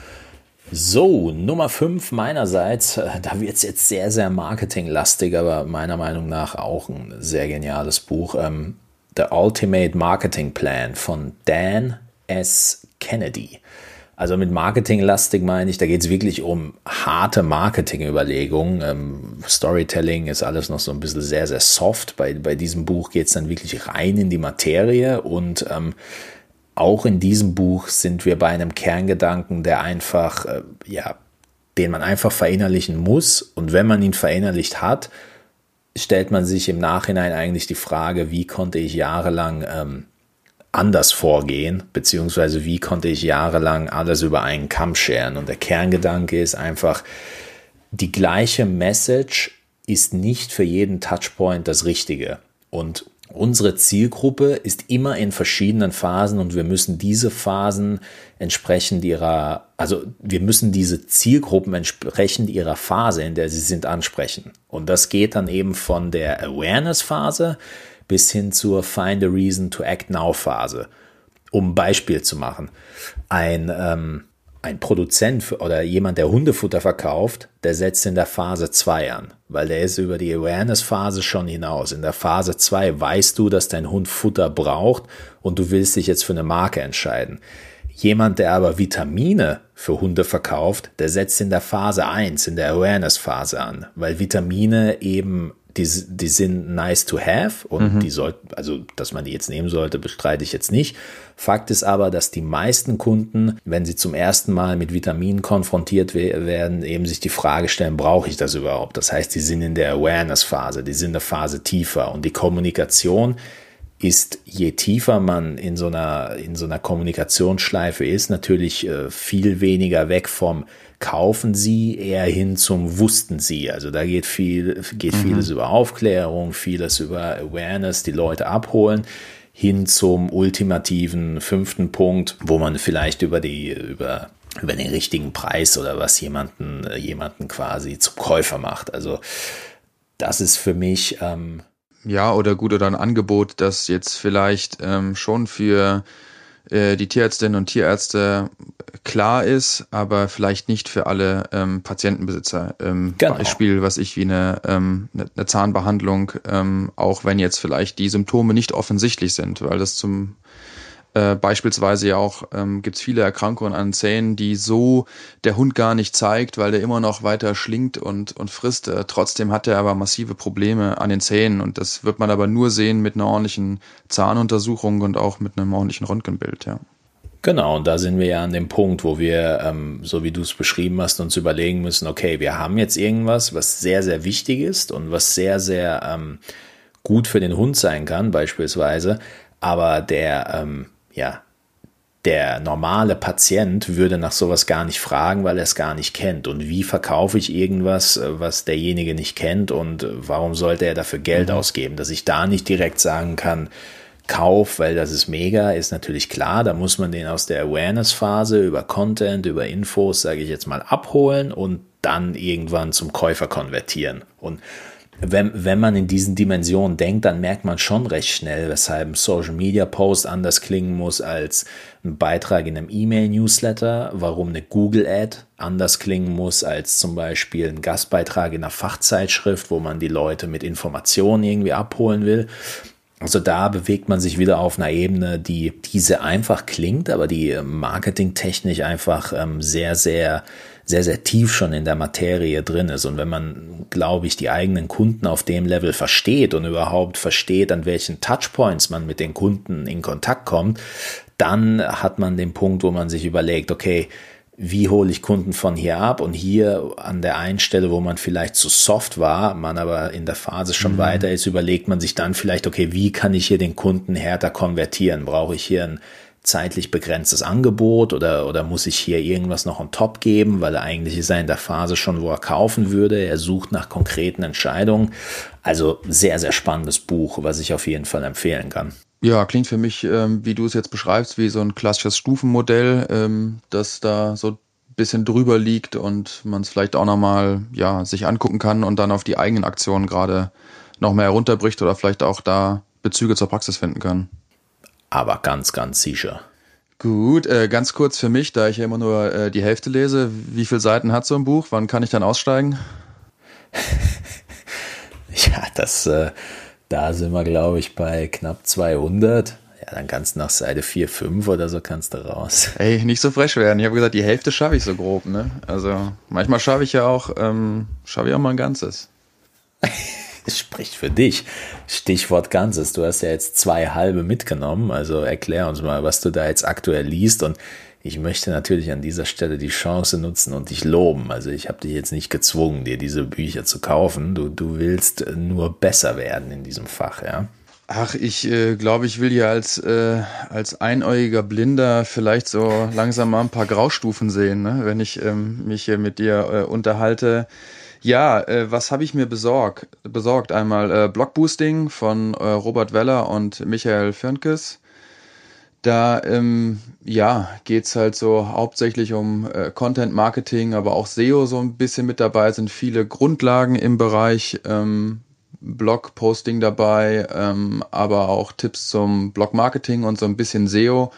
So, Nummer fünf meinerseits, da wird es jetzt sehr, sehr marketinglastig, aber meiner Meinung nach auch ein sehr geniales Buch. Ähm, The Ultimate Marketing Plan von Dan S. Kennedy. Also mit marketinglastig meine ich, da geht es wirklich um harte Marketingüberlegungen. Ähm, Storytelling ist alles noch so ein bisschen sehr, sehr soft. Bei, bei diesem Buch geht es dann wirklich rein in die Materie, und ähm, auch in diesem Buch sind wir bei einem Kerngedanken, der einfach, äh, ja, den man einfach verinnerlichen muss. Und wenn man ihn verinnerlicht hat, stellt man sich im Nachhinein eigentlich die Frage, wie konnte ich jahrelang ähm, anders vorgehen, beziehungsweise wie konnte ich jahrelang alles über einen Kamm scheren. Und der Kerngedanke ist einfach, die gleiche Message ist nicht für jeden Touchpoint das Richtige. Und unsere Zielgruppe ist immer in verschiedenen Phasen, und wir müssen diese Phasen entsprechend ihrer, also wir müssen diese Zielgruppen entsprechend ihrer Phase, in der sie sind, ansprechen. Und das geht dann eben von der Awareness-Phase bis hin zur Find a Reason to Act Now-Phase. Um ein Beispiel zu machen. Ein, ähm, ein Produzent für, oder jemand, der Hundefutter verkauft, der setzt in der Phase zwei an, weil der ist über die Awareness-Phase schon hinaus. In der Phase zwei weißt du, dass dein Hund Futter braucht und du willst dich jetzt für eine Marke entscheiden. Jemand, der aber Vitamine für Hunde verkauft, der setzt in der Phase eins, in der Awareness-Phase an, weil Vitamine eben Die, die sind nice to have, und mhm. die sollten, also dass man die jetzt nehmen sollte, bestreite ich jetzt nicht. Fakt ist aber, dass die meisten Kunden, wenn sie zum ersten Mal mit Vitaminen konfrontiert werden, eben sich die Frage stellen, brauche ich das überhaupt? Das heißt, die sind in der Awareness-Phase, die sind eine Phase tiefer, und die Kommunikation ist, je tiefer man in so einer, in so einer Kommunikationsschleife ist, natürlich äh, viel weniger weg vom Kaufen Sie eher hin zum Wussten Sie. Also da geht viel, geht mhm. vieles über Aufklärung, vieles über Awareness, die Leute abholen, hin zum ultimativen fünften Punkt, wo man vielleicht über die, über, über den richtigen Preis oder was jemanden, jemanden quasi zum Käufer macht. Also das ist für mich, ähm, ja, oder gut, oder ein Angebot, das jetzt vielleicht ähm, schon für äh, die Tierärztinnen und Tierärzte klar ist, aber vielleicht nicht für alle ähm, Patientenbesitzer. Ähm, genau. Beispiel, was ich wie eine, ähm, eine Zahnbehandlung, ähm, auch wenn jetzt vielleicht die Symptome nicht offensichtlich sind, weil das zum Äh, beispielsweise ja auch ähm, gibt es viele Erkrankungen an Zähnen, die so der Hund gar nicht zeigt, weil der immer noch weiter schlingt und, und frisst. Äh, trotzdem hat er aber massive Probleme an den Zähnen, und das wird man aber nur sehen mit einer ordentlichen Zahnuntersuchung und auch mit einem ordentlichen Röntgenbild, ja. Genau, und da sind wir ja an dem Punkt, wo wir, ähm, so wie du es beschrieben hast, uns überlegen müssen, okay, wir haben jetzt irgendwas, was sehr, sehr wichtig ist und was sehr, sehr ähm, gut für den Hund sein kann, beispielsweise, aber der, ähm, ja, der normale Patient würde nach sowas gar nicht fragen, weil er es gar nicht kennt. Und wie verkaufe ich irgendwas, was derjenige nicht kennt, und warum sollte er dafür Geld mhm. ausgeben? Dass ich da nicht direkt sagen kann, Kauf, weil das ist mega, ist natürlich klar. Da muss man den aus der Awareness-Phase über Content, über Infos, sage ich jetzt mal, abholen und dann irgendwann zum Käufer konvertieren. Und Wenn, wenn man in diesen Dimensionen denkt, dann merkt man schon recht schnell, weshalb ein Social-Media-Post anders klingen muss als ein Beitrag in einem E-Mail-Newsletter, warum eine Google-Ad anders klingen muss als zum Beispiel ein Gastbeitrag in einer Fachzeitschrift, wo man die Leute mit Informationen irgendwie abholen will. Also da bewegt man sich wieder auf einer Ebene, die diese einfach klingt, aber die marketingtechnisch einfach ähm, sehr, sehr sehr, sehr tief schon in der Materie drin ist. Und wenn man, glaube ich, die eigenen Kunden auf dem Level versteht und überhaupt versteht, an welchen Touchpoints man mit den Kunden in Kontakt kommt, dann hat man den Punkt, wo man sich überlegt, okay, wie hole ich Kunden von hier ab? Und hier an der einen Stelle, wo man vielleicht zu soft war, man aber in der Phase schon mhm. weiter ist, überlegt man sich dann vielleicht, okay, wie kann ich hier den Kunden härter konvertieren? Brauche ich hier ein zeitlich begrenztes Angebot oder, oder muss ich hier irgendwas noch on top geben, weil eigentlich ist er in der Phase schon, wo er kaufen würde. Er sucht nach konkreten Entscheidungen. Also sehr, sehr spannendes Buch, was ich auf jeden Fall empfehlen kann. Ja, klingt für mich, ähm, wie du es jetzt beschreibst, wie so ein klassisches Stufenmodell, ähm, das da so ein bisschen drüber liegt und man es vielleicht auch nochmal ja, sich angucken kann und dann auf die eigenen Aktionen gerade noch mehr herunterbricht oder vielleicht auch da Bezüge zur Praxis finden kann. Aber ganz, ganz sicher. Gut, äh, ganz kurz für mich, da ich ja immer nur äh, die Hälfte lese. Wie viele Seiten hat so ein Buch? Wann kann ich dann aussteigen? ja, das, äh, da sind wir, glaube ich, bei knapp zweihundert. Ja, dann kannst du nach Seite vier, fünf oder so kannst du raus. Ey, nicht so frech werden. Ich habe gesagt, die Hälfte schaffe ich so grob, ne? Also manchmal schaffe ich ja auch, ähm, schaffe ich auch mal ein Ganzes. Es spricht für dich. Stichwort Ganzes. Du hast ja jetzt zwei halbe mitgenommen. Also erklär uns mal, was du da jetzt aktuell liest. Und ich möchte natürlich an dieser Stelle die Chance nutzen und dich loben. Also ich habe dich jetzt nicht gezwungen, dir diese Bücher zu kaufen. Du, du willst nur besser werden in diesem Fach, ja? Ach, ich äh, glaube, ich will hier als, äh, als einäugiger Blinder vielleicht so langsam mal ein paar Graustufen sehen, ne? Wenn ich ähm, mich hier mit dir äh, unterhalte. Ja, äh, was habe ich mir besorgt? Besorgt einmal äh, Blogboosting von äh, Robert Weller und Michael Firnkes. Da ähm, ja, geht's halt so hauptsächlich um äh, Content Marketing, aber auch S E O so ein bisschen mit dabei, sind viele Grundlagen im Bereich ähm, Blog-Posting dabei, ähm, aber auch Tipps zum Blog-Marketing und so ein bisschen S E O.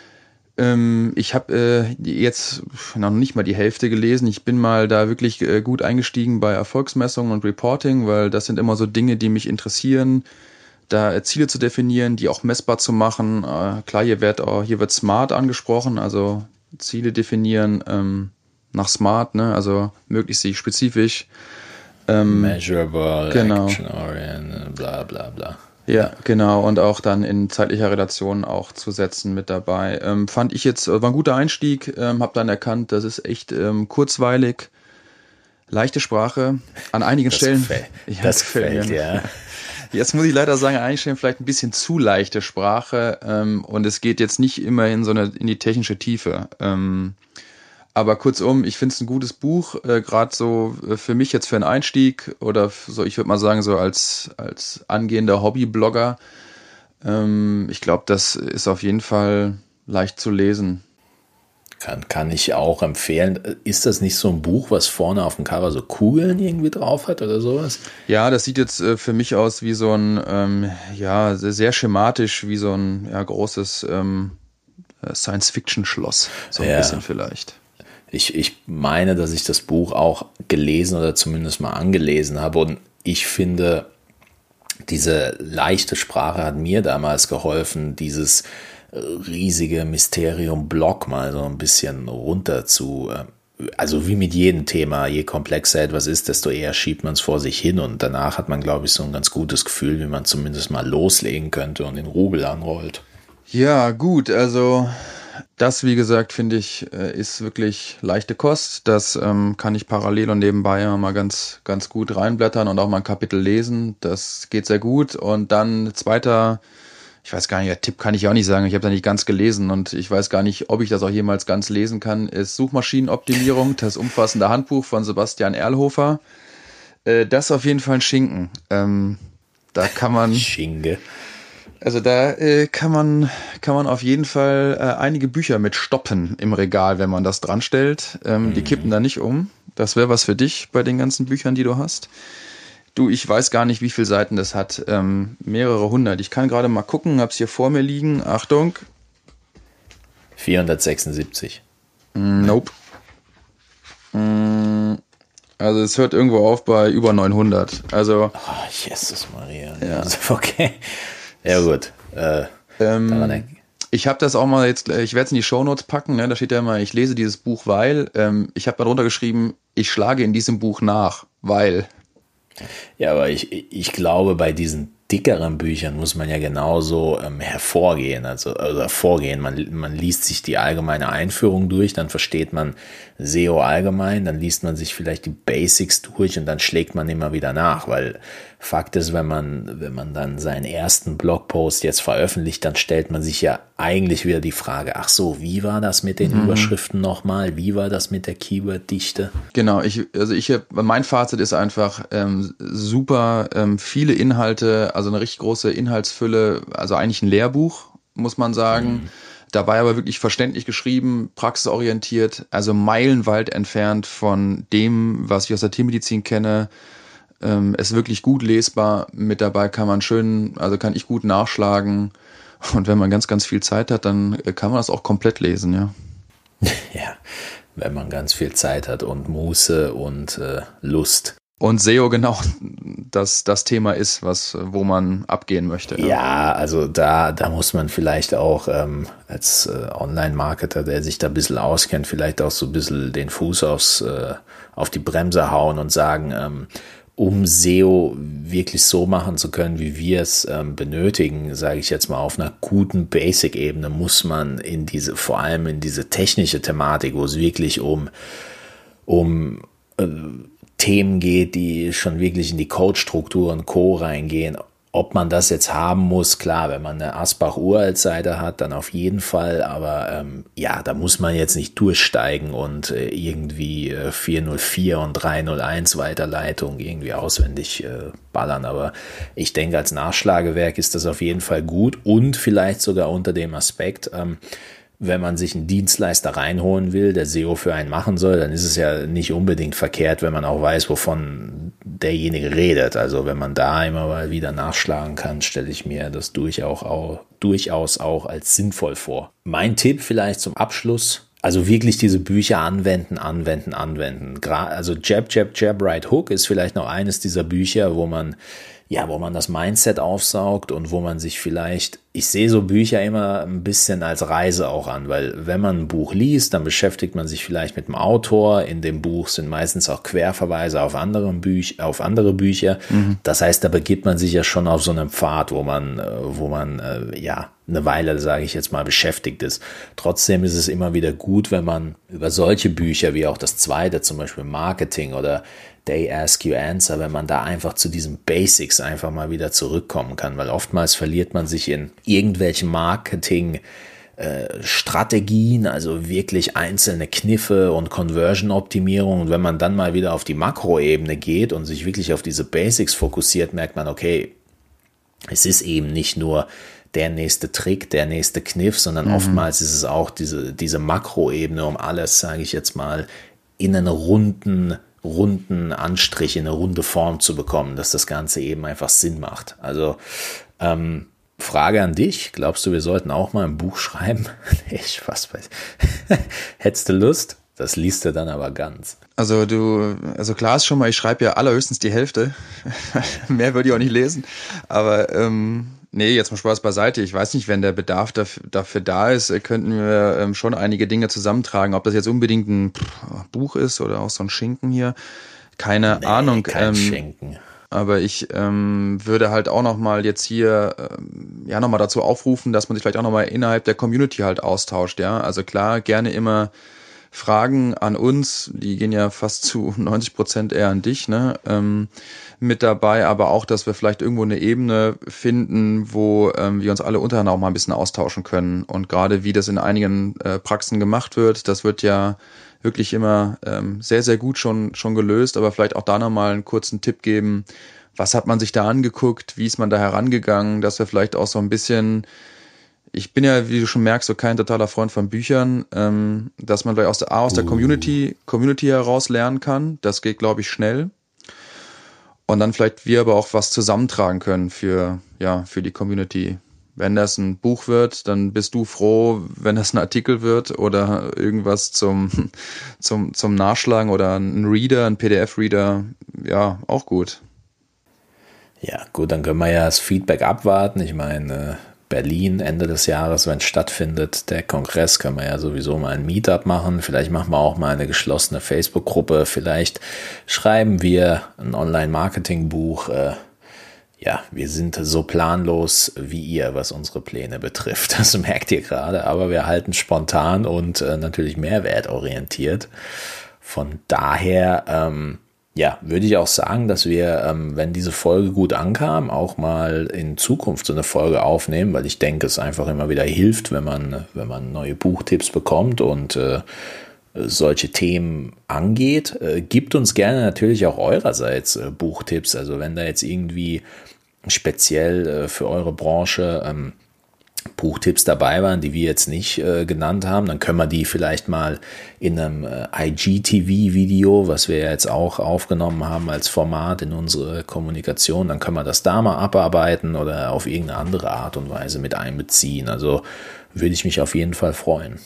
Ähm, ich habe äh, jetzt noch nicht mal die Hälfte gelesen. Ich bin mal da wirklich äh, gut eingestiegen bei Erfolgsmessungen und Reporting, weil das sind immer so Dinge, die mich interessieren, da äh, Ziele zu definieren, die auch messbar zu machen. Äh, klar, hier wird, auch, hier wird SMART angesprochen, also Ziele definieren ähm, nach SMART, ne? Also möglichst spezifisch. Ähm, Measurable, genau. Action-oriented, bla bla bla. Ja, genau. Und auch dann in zeitlicher Relation auch zu setzen mit dabei. Ähm, fand ich jetzt, war ein guter Einstieg, ähm, habe dann erkannt, das ist echt ähm, kurzweilig, leichte Sprache, an einigen das Stellen. Gefällt, ja, das gefällt, gefällt ja. Jetzt muss ich leider sagen, an einigen Stellen vielleicht ein bisschen zu leichte Sprache ähm, und es geht jetzt nicht immer in so eine, in die technische Tiefe. Ähm, Aber kurzum, ich finde es ein gutes Buch, äh, gerade so äh, für mich jetzt für einen Einstieg oder so, ich würde mal sagen, so als, als angehender Hobbyblogger. Ähm, ich glaube, das ist auf jeden Fall leicht zu lesen. Kann, kann ich auch empfehlen. Ist das nicht so ein Buch, was vorne auf dem Cover so Kugeln irgendwie drauf hat oder sowas? Ja, das sieht jetzt äh, für mich aus wie so ein, ähm, ja, sehr, sehr schematisch, wie so ein ja, großes ähm, Science-Fiction-Schloss. So ein ja. bisschen vielleicht. Ich, ich meine, dass ich das Buch auch gelesen oder zumindest mal angelesen habe und ich finde, diese leichte Sprache hat mir damals geholfen, dieses riesige Mysterium-Block mal so ein bisschen runter zu, also wie mit jedem Thema, je komplexer etwas ist, desto eher schiebt man es vor sich hin und danach hat man, glaube ich, so ein ganz gutes Gefühl, wie man zumindest mal loslegen könnte und den Rubel anrollt. Ja, gut, also das, wie gesagt, finde ich, ist wirklich leichte Kost. Das ähm, kann ich parallel und nebenbei mal ganz, ganz gut reinblättern und auch mal ein Kapitel lesen. Das geht sehr gut. Und dann zweiter, ich weiß gar nicht, der Tipp kann ich auch nicht sagen. Ich habe da nicht ganz gelesen und ich weiß gar nicht, ob ich das auch jemals ganz lesen kann, ist Suchmaschinenoptimierung, das umfassende Handbuch von Sebastian Erlhofer. Äh, das ist auf jeden Fall ein Schinken. Ähm, da kann man... Schinke. Also da äh, kann man kann man auf jeden Fall äh, einige Bücher mit stoppen im Regal, wenn man das dran stellt. Ähm, mhm. Die kippen da nicht um. Das wäre was für dich bei den ganzen Büchern, die du hast. Du, ich weiß gar nicht, wie viele Seiten das hat. Ähm, mehrere hundert. Ich kann gerade mal gucken, hab's hier vor mir liegen. Achtung. vierhundertsechsundsiebzig. Mm, nope. Mm, also es hört irgendwo auf bei über neunhundert. Also. Oh, Jesus Maria. Ja. Okay. Ja gut, äh, ähm, Ich habe das auch mal jetzt, ich werde es in die Shownotes packen, ne? Da steht ja immer, ich lese dieses Buch, weil, ähm, ich habe mal drunter geschrieben, ich schlage in diesem Buch nach, weil. Ja, aber ich, ich glaube, bei diesen dickeren Büchern muss man ja genauso ähm, hervorgehen, also oder vorgehen. Man, man liest sich die allgemeine Einführung durch, dann versteht man S E O allgemein, dann liest man sich vielleicht die Basics durch und dann schlägt man immer wieder nach, weil Fakt ist, wenn man, wenn man dann seinen ersten Blogpost jetzt veröffentlicht, dann stellt man sich ja eigentlich wieder die Frage, ach so, wie war das mit den mhm. Überschriften nochmal? Wie war das mit der Keyword-Dichte? Genau, ich, also ich, mein Fazit ist einfach ähm, super, ähm, viele Inhalte, also eine richtig große Inhaltsfülle, also eigentlich ein Lehrbuch, muss man sagen. Mhm. Dabei aber wirklich verständlich geschrieben, praxisorientiert, also meilenweit entfernt von dem, was ich aus der Tiermedizin kenne. Ähm, ist wirklich gut lesbar. Mit dabei kann man schön, also kann ich gut nachschlagen. Und wenn man ganz, ganz viel Zeit hat, dann kann man das auch komplett lesen, ja. Ja, wenn man ganz viel Zeit hat und Muße und äh, Lust. Und S E O genau das, das Thema ist, was, wo man abgehen möchte. Ja, ja also da, da muss man vielleicht auch ähm, als äh, Online-Marketer, der sich da ein bisschen auskennt, vielleicht auch so ein bisschen den Fuß aufs, äh, auf die Bremse hauen und sagen, ähm, um S E O wirklich so machen zu können, wie wir es ähm, benötigen, sage ich jetzt mal auf einer guten Basic-Ebene, muss man in diese, vor allem in diese technische Thematik, wo es wirklich um, um äh, Themen geht, die schon wirklich in die Code-Struktur und Co. reingehen. Ob man das jetzt haben muss, klar, wenn man eine Asbach-Uralt-Seite hat, dann auf jeden Fall, aber ähm, ja, da muss man jetzt nicht durchsteigen und äh, irgendwie äh, vier null vier und drei null eins Weiterleitung irgendwie auswendig äh, ballern, aber ich denke, als Nachschlagewerk ist das auf jeden Fall gut und vielleicht sogar unter dem Aspekt, ähm, wenn man sich einen Dienstleister reinholen will, der S E O für einen machen soll, dann ist es ja nicht unbedingt verkehrt, wenn man auch weiß, wovon derjenige redet. Also wenn man da immer mal wieder nachschlagen kann, stelle ich mir das durchaus auch, durchaus auch als sinnvoll vor. Mein Tipp vielleicht zum Abschluss, also wirklich diese Bücher anwenden, anwenden, anwenden. Also Jab, Jab, Jab, Right Hook ist vielleicht noch eines dieser Bücher, wo man ja, wo man das Mindset aufsaugt und wo man sich vielleicht, ich sehe so Bücher immer ein bisschen als Reise auch an, weil wenn man ein Buch liest, dann beschäftigt man sich vielleicht mit dem Autor. In dem Buch sind meistens auch Querverweise auf andere, Büch, auf andere Bücher. Mhm. Das heißt, da begibt man sich ja schon auf so einen Pfad, wo man, wo man, ja, eine Weile, sage ich jetzt mal, beschäftigt ist. Trotzdem ist es immer wieder gut, wenn man über solche Bücher wie auch das zweite, zum Beispiel Marketing oder They Ask You Answer, wenn man da einfach zu diesen Basics einfach mal wieder zurückkommen kann, weil oftmals verliert man sich in irgendwelchen Marketing äh, Strategien, also wirklich einzelne Kniffe und Conversion-Optimierung. Und wenn man dann mal wieder auf die Makroebene geht und sich wirklich auf diese Basics fokussiert, merkt man, okay, es ist eben nicht nur der nächste Trick, der nächste Kniff, sondern mhm. oftmals ist es auch diese, diese Makroebene, um alles, sage ich jetzt mal, in einen runden runden Anstrich, in eine runde Form zu bekommen, dass das Ganze eben einfach Sinn macht. Also ähm, Frage an dich, glaubst du, wir sollten auch mal ein Buch schreiben? Ich was weiß. Hättest du Lust? Das liest du dann aber ganz. Also du, also klar ist schon mal, ich schreibe ja allerhöchstens die Hälfte. Mehr würde ich auch nicht lesen. Aber ähm, nee, jetzt mal Spaß beiseite. Ich weiß nicht, wenn der Bedarf dafür, dafür da ist, könnten wir ähm, schon einige Dinge zusammentragen. Ob das jetzt unbedingt ein pff, Buch ist oder auch so ein Schinken hier, keine nee, Ahnung. Kein ähm, Schinken. Aber ich ähm, würde halt auch nochmal jetzt hier ähm, ja nochmal dazu aufrufen, dass man sich vielleicht auch nochmal innerhalb der Community halt austauscht. Ja, also klar, gerne immer Fragen an uns, die gehen ja fast zu neunzig Prozent eher an dich, ne, ähm, mit dabei, aber auch, dass wir vielleicht irgendwo eine Ebene finden, wo ähm, wir uns alle untereinander auch mal ein bisschen austauschen können. Und gerade wie das in einigen äh, Praxen gemacht wird, das wird ja wirklich immer ähm, sehr, sehr gut schon schon gelöst, aber vielleicht auch da nochmal einen kurzen Tipp geben, was hat man sich da angeguckt, wie ist man da herangegangen, dass wir vielleicht auch so ein bisschen, ich bin ja, wie du schon merkst, so kein totaler Freund von Büchern, ähm, dass man vielleicht aus der, A, aus der Community, Community heraus lernen kann. Das geht, glaube ich, schnell. Und dann vielleicht wir aber auch was zusammentragen können für, ja, für die Community. Wenn das ein Buch wird, dann bist du froh, wenn das ein Artikel wird oder irgendwas zum, zum, zum Nachschlagen oder ein Reader, ein P D F-Reader. Ja, auch gut. Ja, gut, dann können wir ja das Feedback abwarten. Ich meine, Berlin Ende des Jahres, wenn es stattfindet, der Kongress, können wir ja sowieso mal ein Meetup machen. Vielleicht machen wir auch mal eine geschlossene Facebook-Gruppe. Vielleicht schreiben wir ein Online-Marketing-Buch. Äh, ja, wir sind so planlos wie ihr, was unsere Pläne betrifft. Das merkt ihr gerade, aber wir halten spontan und äh, natürlich mehrwertorientiert. Von daher, ähm, ja, würde ich auch sagen, dass wir, ähm, wenn diese Folge gut ankam, auch mal in Zukunft so eine Folge aufnehmen, weil ich denke, es einfach immer wieder hilft, wenn man, wenn man neue Buchtipps bekommt und äh, solche Themen angeht. Äh, gibt uns gerne natürlich auch eurerseits äh, Buchtipps. Also wenn da jetzt irgendwie speziell äh, für eure Branche ähm, Buchtipps dabei waren, die wir jetzt nicht äh, genannt haben, dann können wir die vielleicht mal in einem äh, I G T V-Video, was wir jetzt auch aufgenommen haben als Format in unsere Kommunikation, dann können wir das da mal abarbeiten oder auf irgendeine andere Art und Weise mit einbeziehen. Also würde ich mich auf jeden Fall freuen.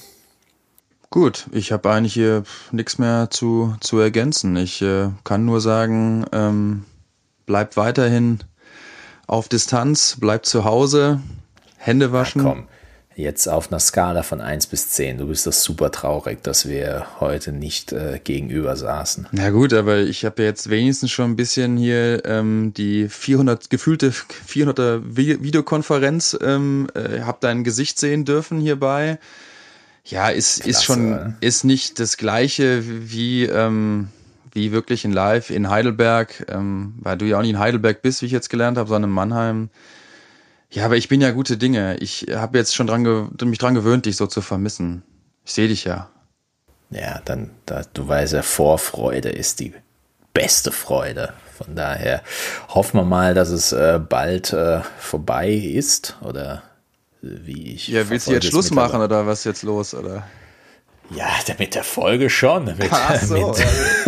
Gut, ich habe eigentlich hier nichts mehr zu, zu ergänzen. Ich äh, kann nur sagen, ähm, bleibt weiterhin auf Distanz, bleibt zu Hause, Hände waschen. Ach komm, jetzt auf einer Skala von eins bis zehn. Du bist das super traurig, dass wir heute nicht äh, gegenüber saßen. Na gut, aber ich habe ja jetzt wenigstens schon ein bisschen hier ähm, die vierhundert gefühlte vierhunderter Videokonferenz, ähm, äh, hab dein Gesicht sehen dürfen hierbei. Ja, ist Klasse, ist schon oder? Ist nicht das Gleiche wie ähm, wie wirklich in Live in Heidelberg, ähm, weil du ja auch nicht in Heidelberg bist, wie ich jetzt gelernt habe, sondern in Mannheim. Ja, aber ich bin ja gute Dinge. Ich habe jetzt schon dran ge- mich dran gewöhnt, dich so zu vermissen. Ich sehe dich ja. Ja, dann, da, du weißt ja, Vorfreude ist die beste Freude. Von daher hoffen wir mal, dass es äh, bald äh, vorbei ist. Oder wie ich. Ja, willst du jetzt Schluss machen oder was ist jetzt los? Oder? Ja, mit der Folge schon. Mit, Ach so. mit,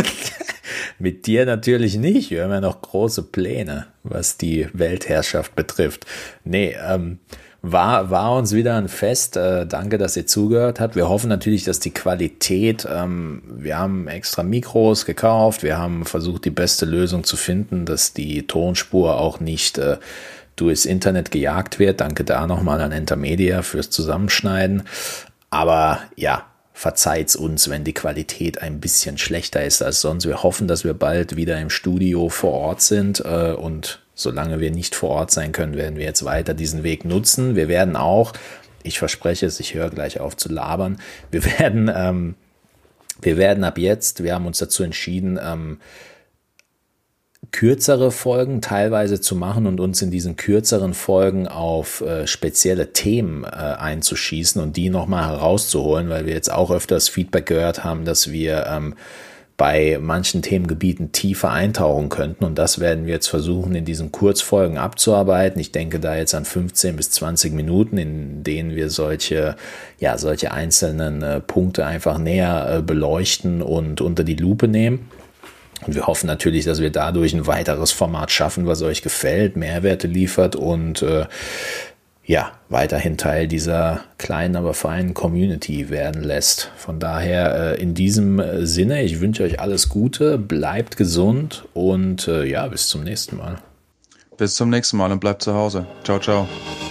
mit dir natürlich nicht. Wir haben ja noch große Pläne, was die Weltherrschaft betrifft. Nee, ähm, war, war uns wieder ein Fest. Äh, danke, dass ihr zugehört habt. Wir hoffen natürlich, dass die Qualität, ähm, wir haben extra Mikros gekauft. Wir haben versucht, die beste Lösung zu finden, dass die Tonspur auch nicht äh, durchs Internet gejagt wird. Danke da nochmal an Entermedia fürs Zusammenschneiden. Aber ja, verzeiht's uns, wenn die Qualität ein bisschen schlechter ist als sonst. Wir hoffen, dass wir bald wieder im Studio vor Ort sind äh, und solange wir nicht vor Ort sein können, werden wir jetzt weiter diesen Weg nutzen. Wir werden auch, ich verspreche es, ich höre gleich auf zu labern, wir werden, ähm, wir werden ab jetzt, wir haben uns dazu entschieden, ähm, kürzere Folgen teilweise zu machen und uns in diesen kürzeren Folgen auf äh, spezielle Themen äh, einzuschießen und die nochmal herauszuholen, weil wir jetzt auch öfters Feedback gehört haben, dass wir ähm, bei manchen Themengebieten tiefer eintauchen könnten und das werden wir jetzt versuchen in diesen Kurzfolgen abzuarbeiten. Ich denke da jetzt an fünfzehn bis zwanzig Minuten, in denen wir solche, ja, solche einzelnen äh, Punkte einfach näher äh, beleuchten und unter die Lupe nehmen. Und wir hoffen natürlich, dass wir dadurch ein weiteres Format schaffen, was euch gefällt, Mehrwerte liefert und äh, ja, weiterhin Teil dieser kleinen, aber feinen Community werden lässt. Von daher äh, in diesem Sinne, ich wünsche euch alles Gute, bleibt gesund und äh, ja, bis zum nächsten Mal. Bis zum nächsten Mal und bleibt zu Hause. Ciao, ciao.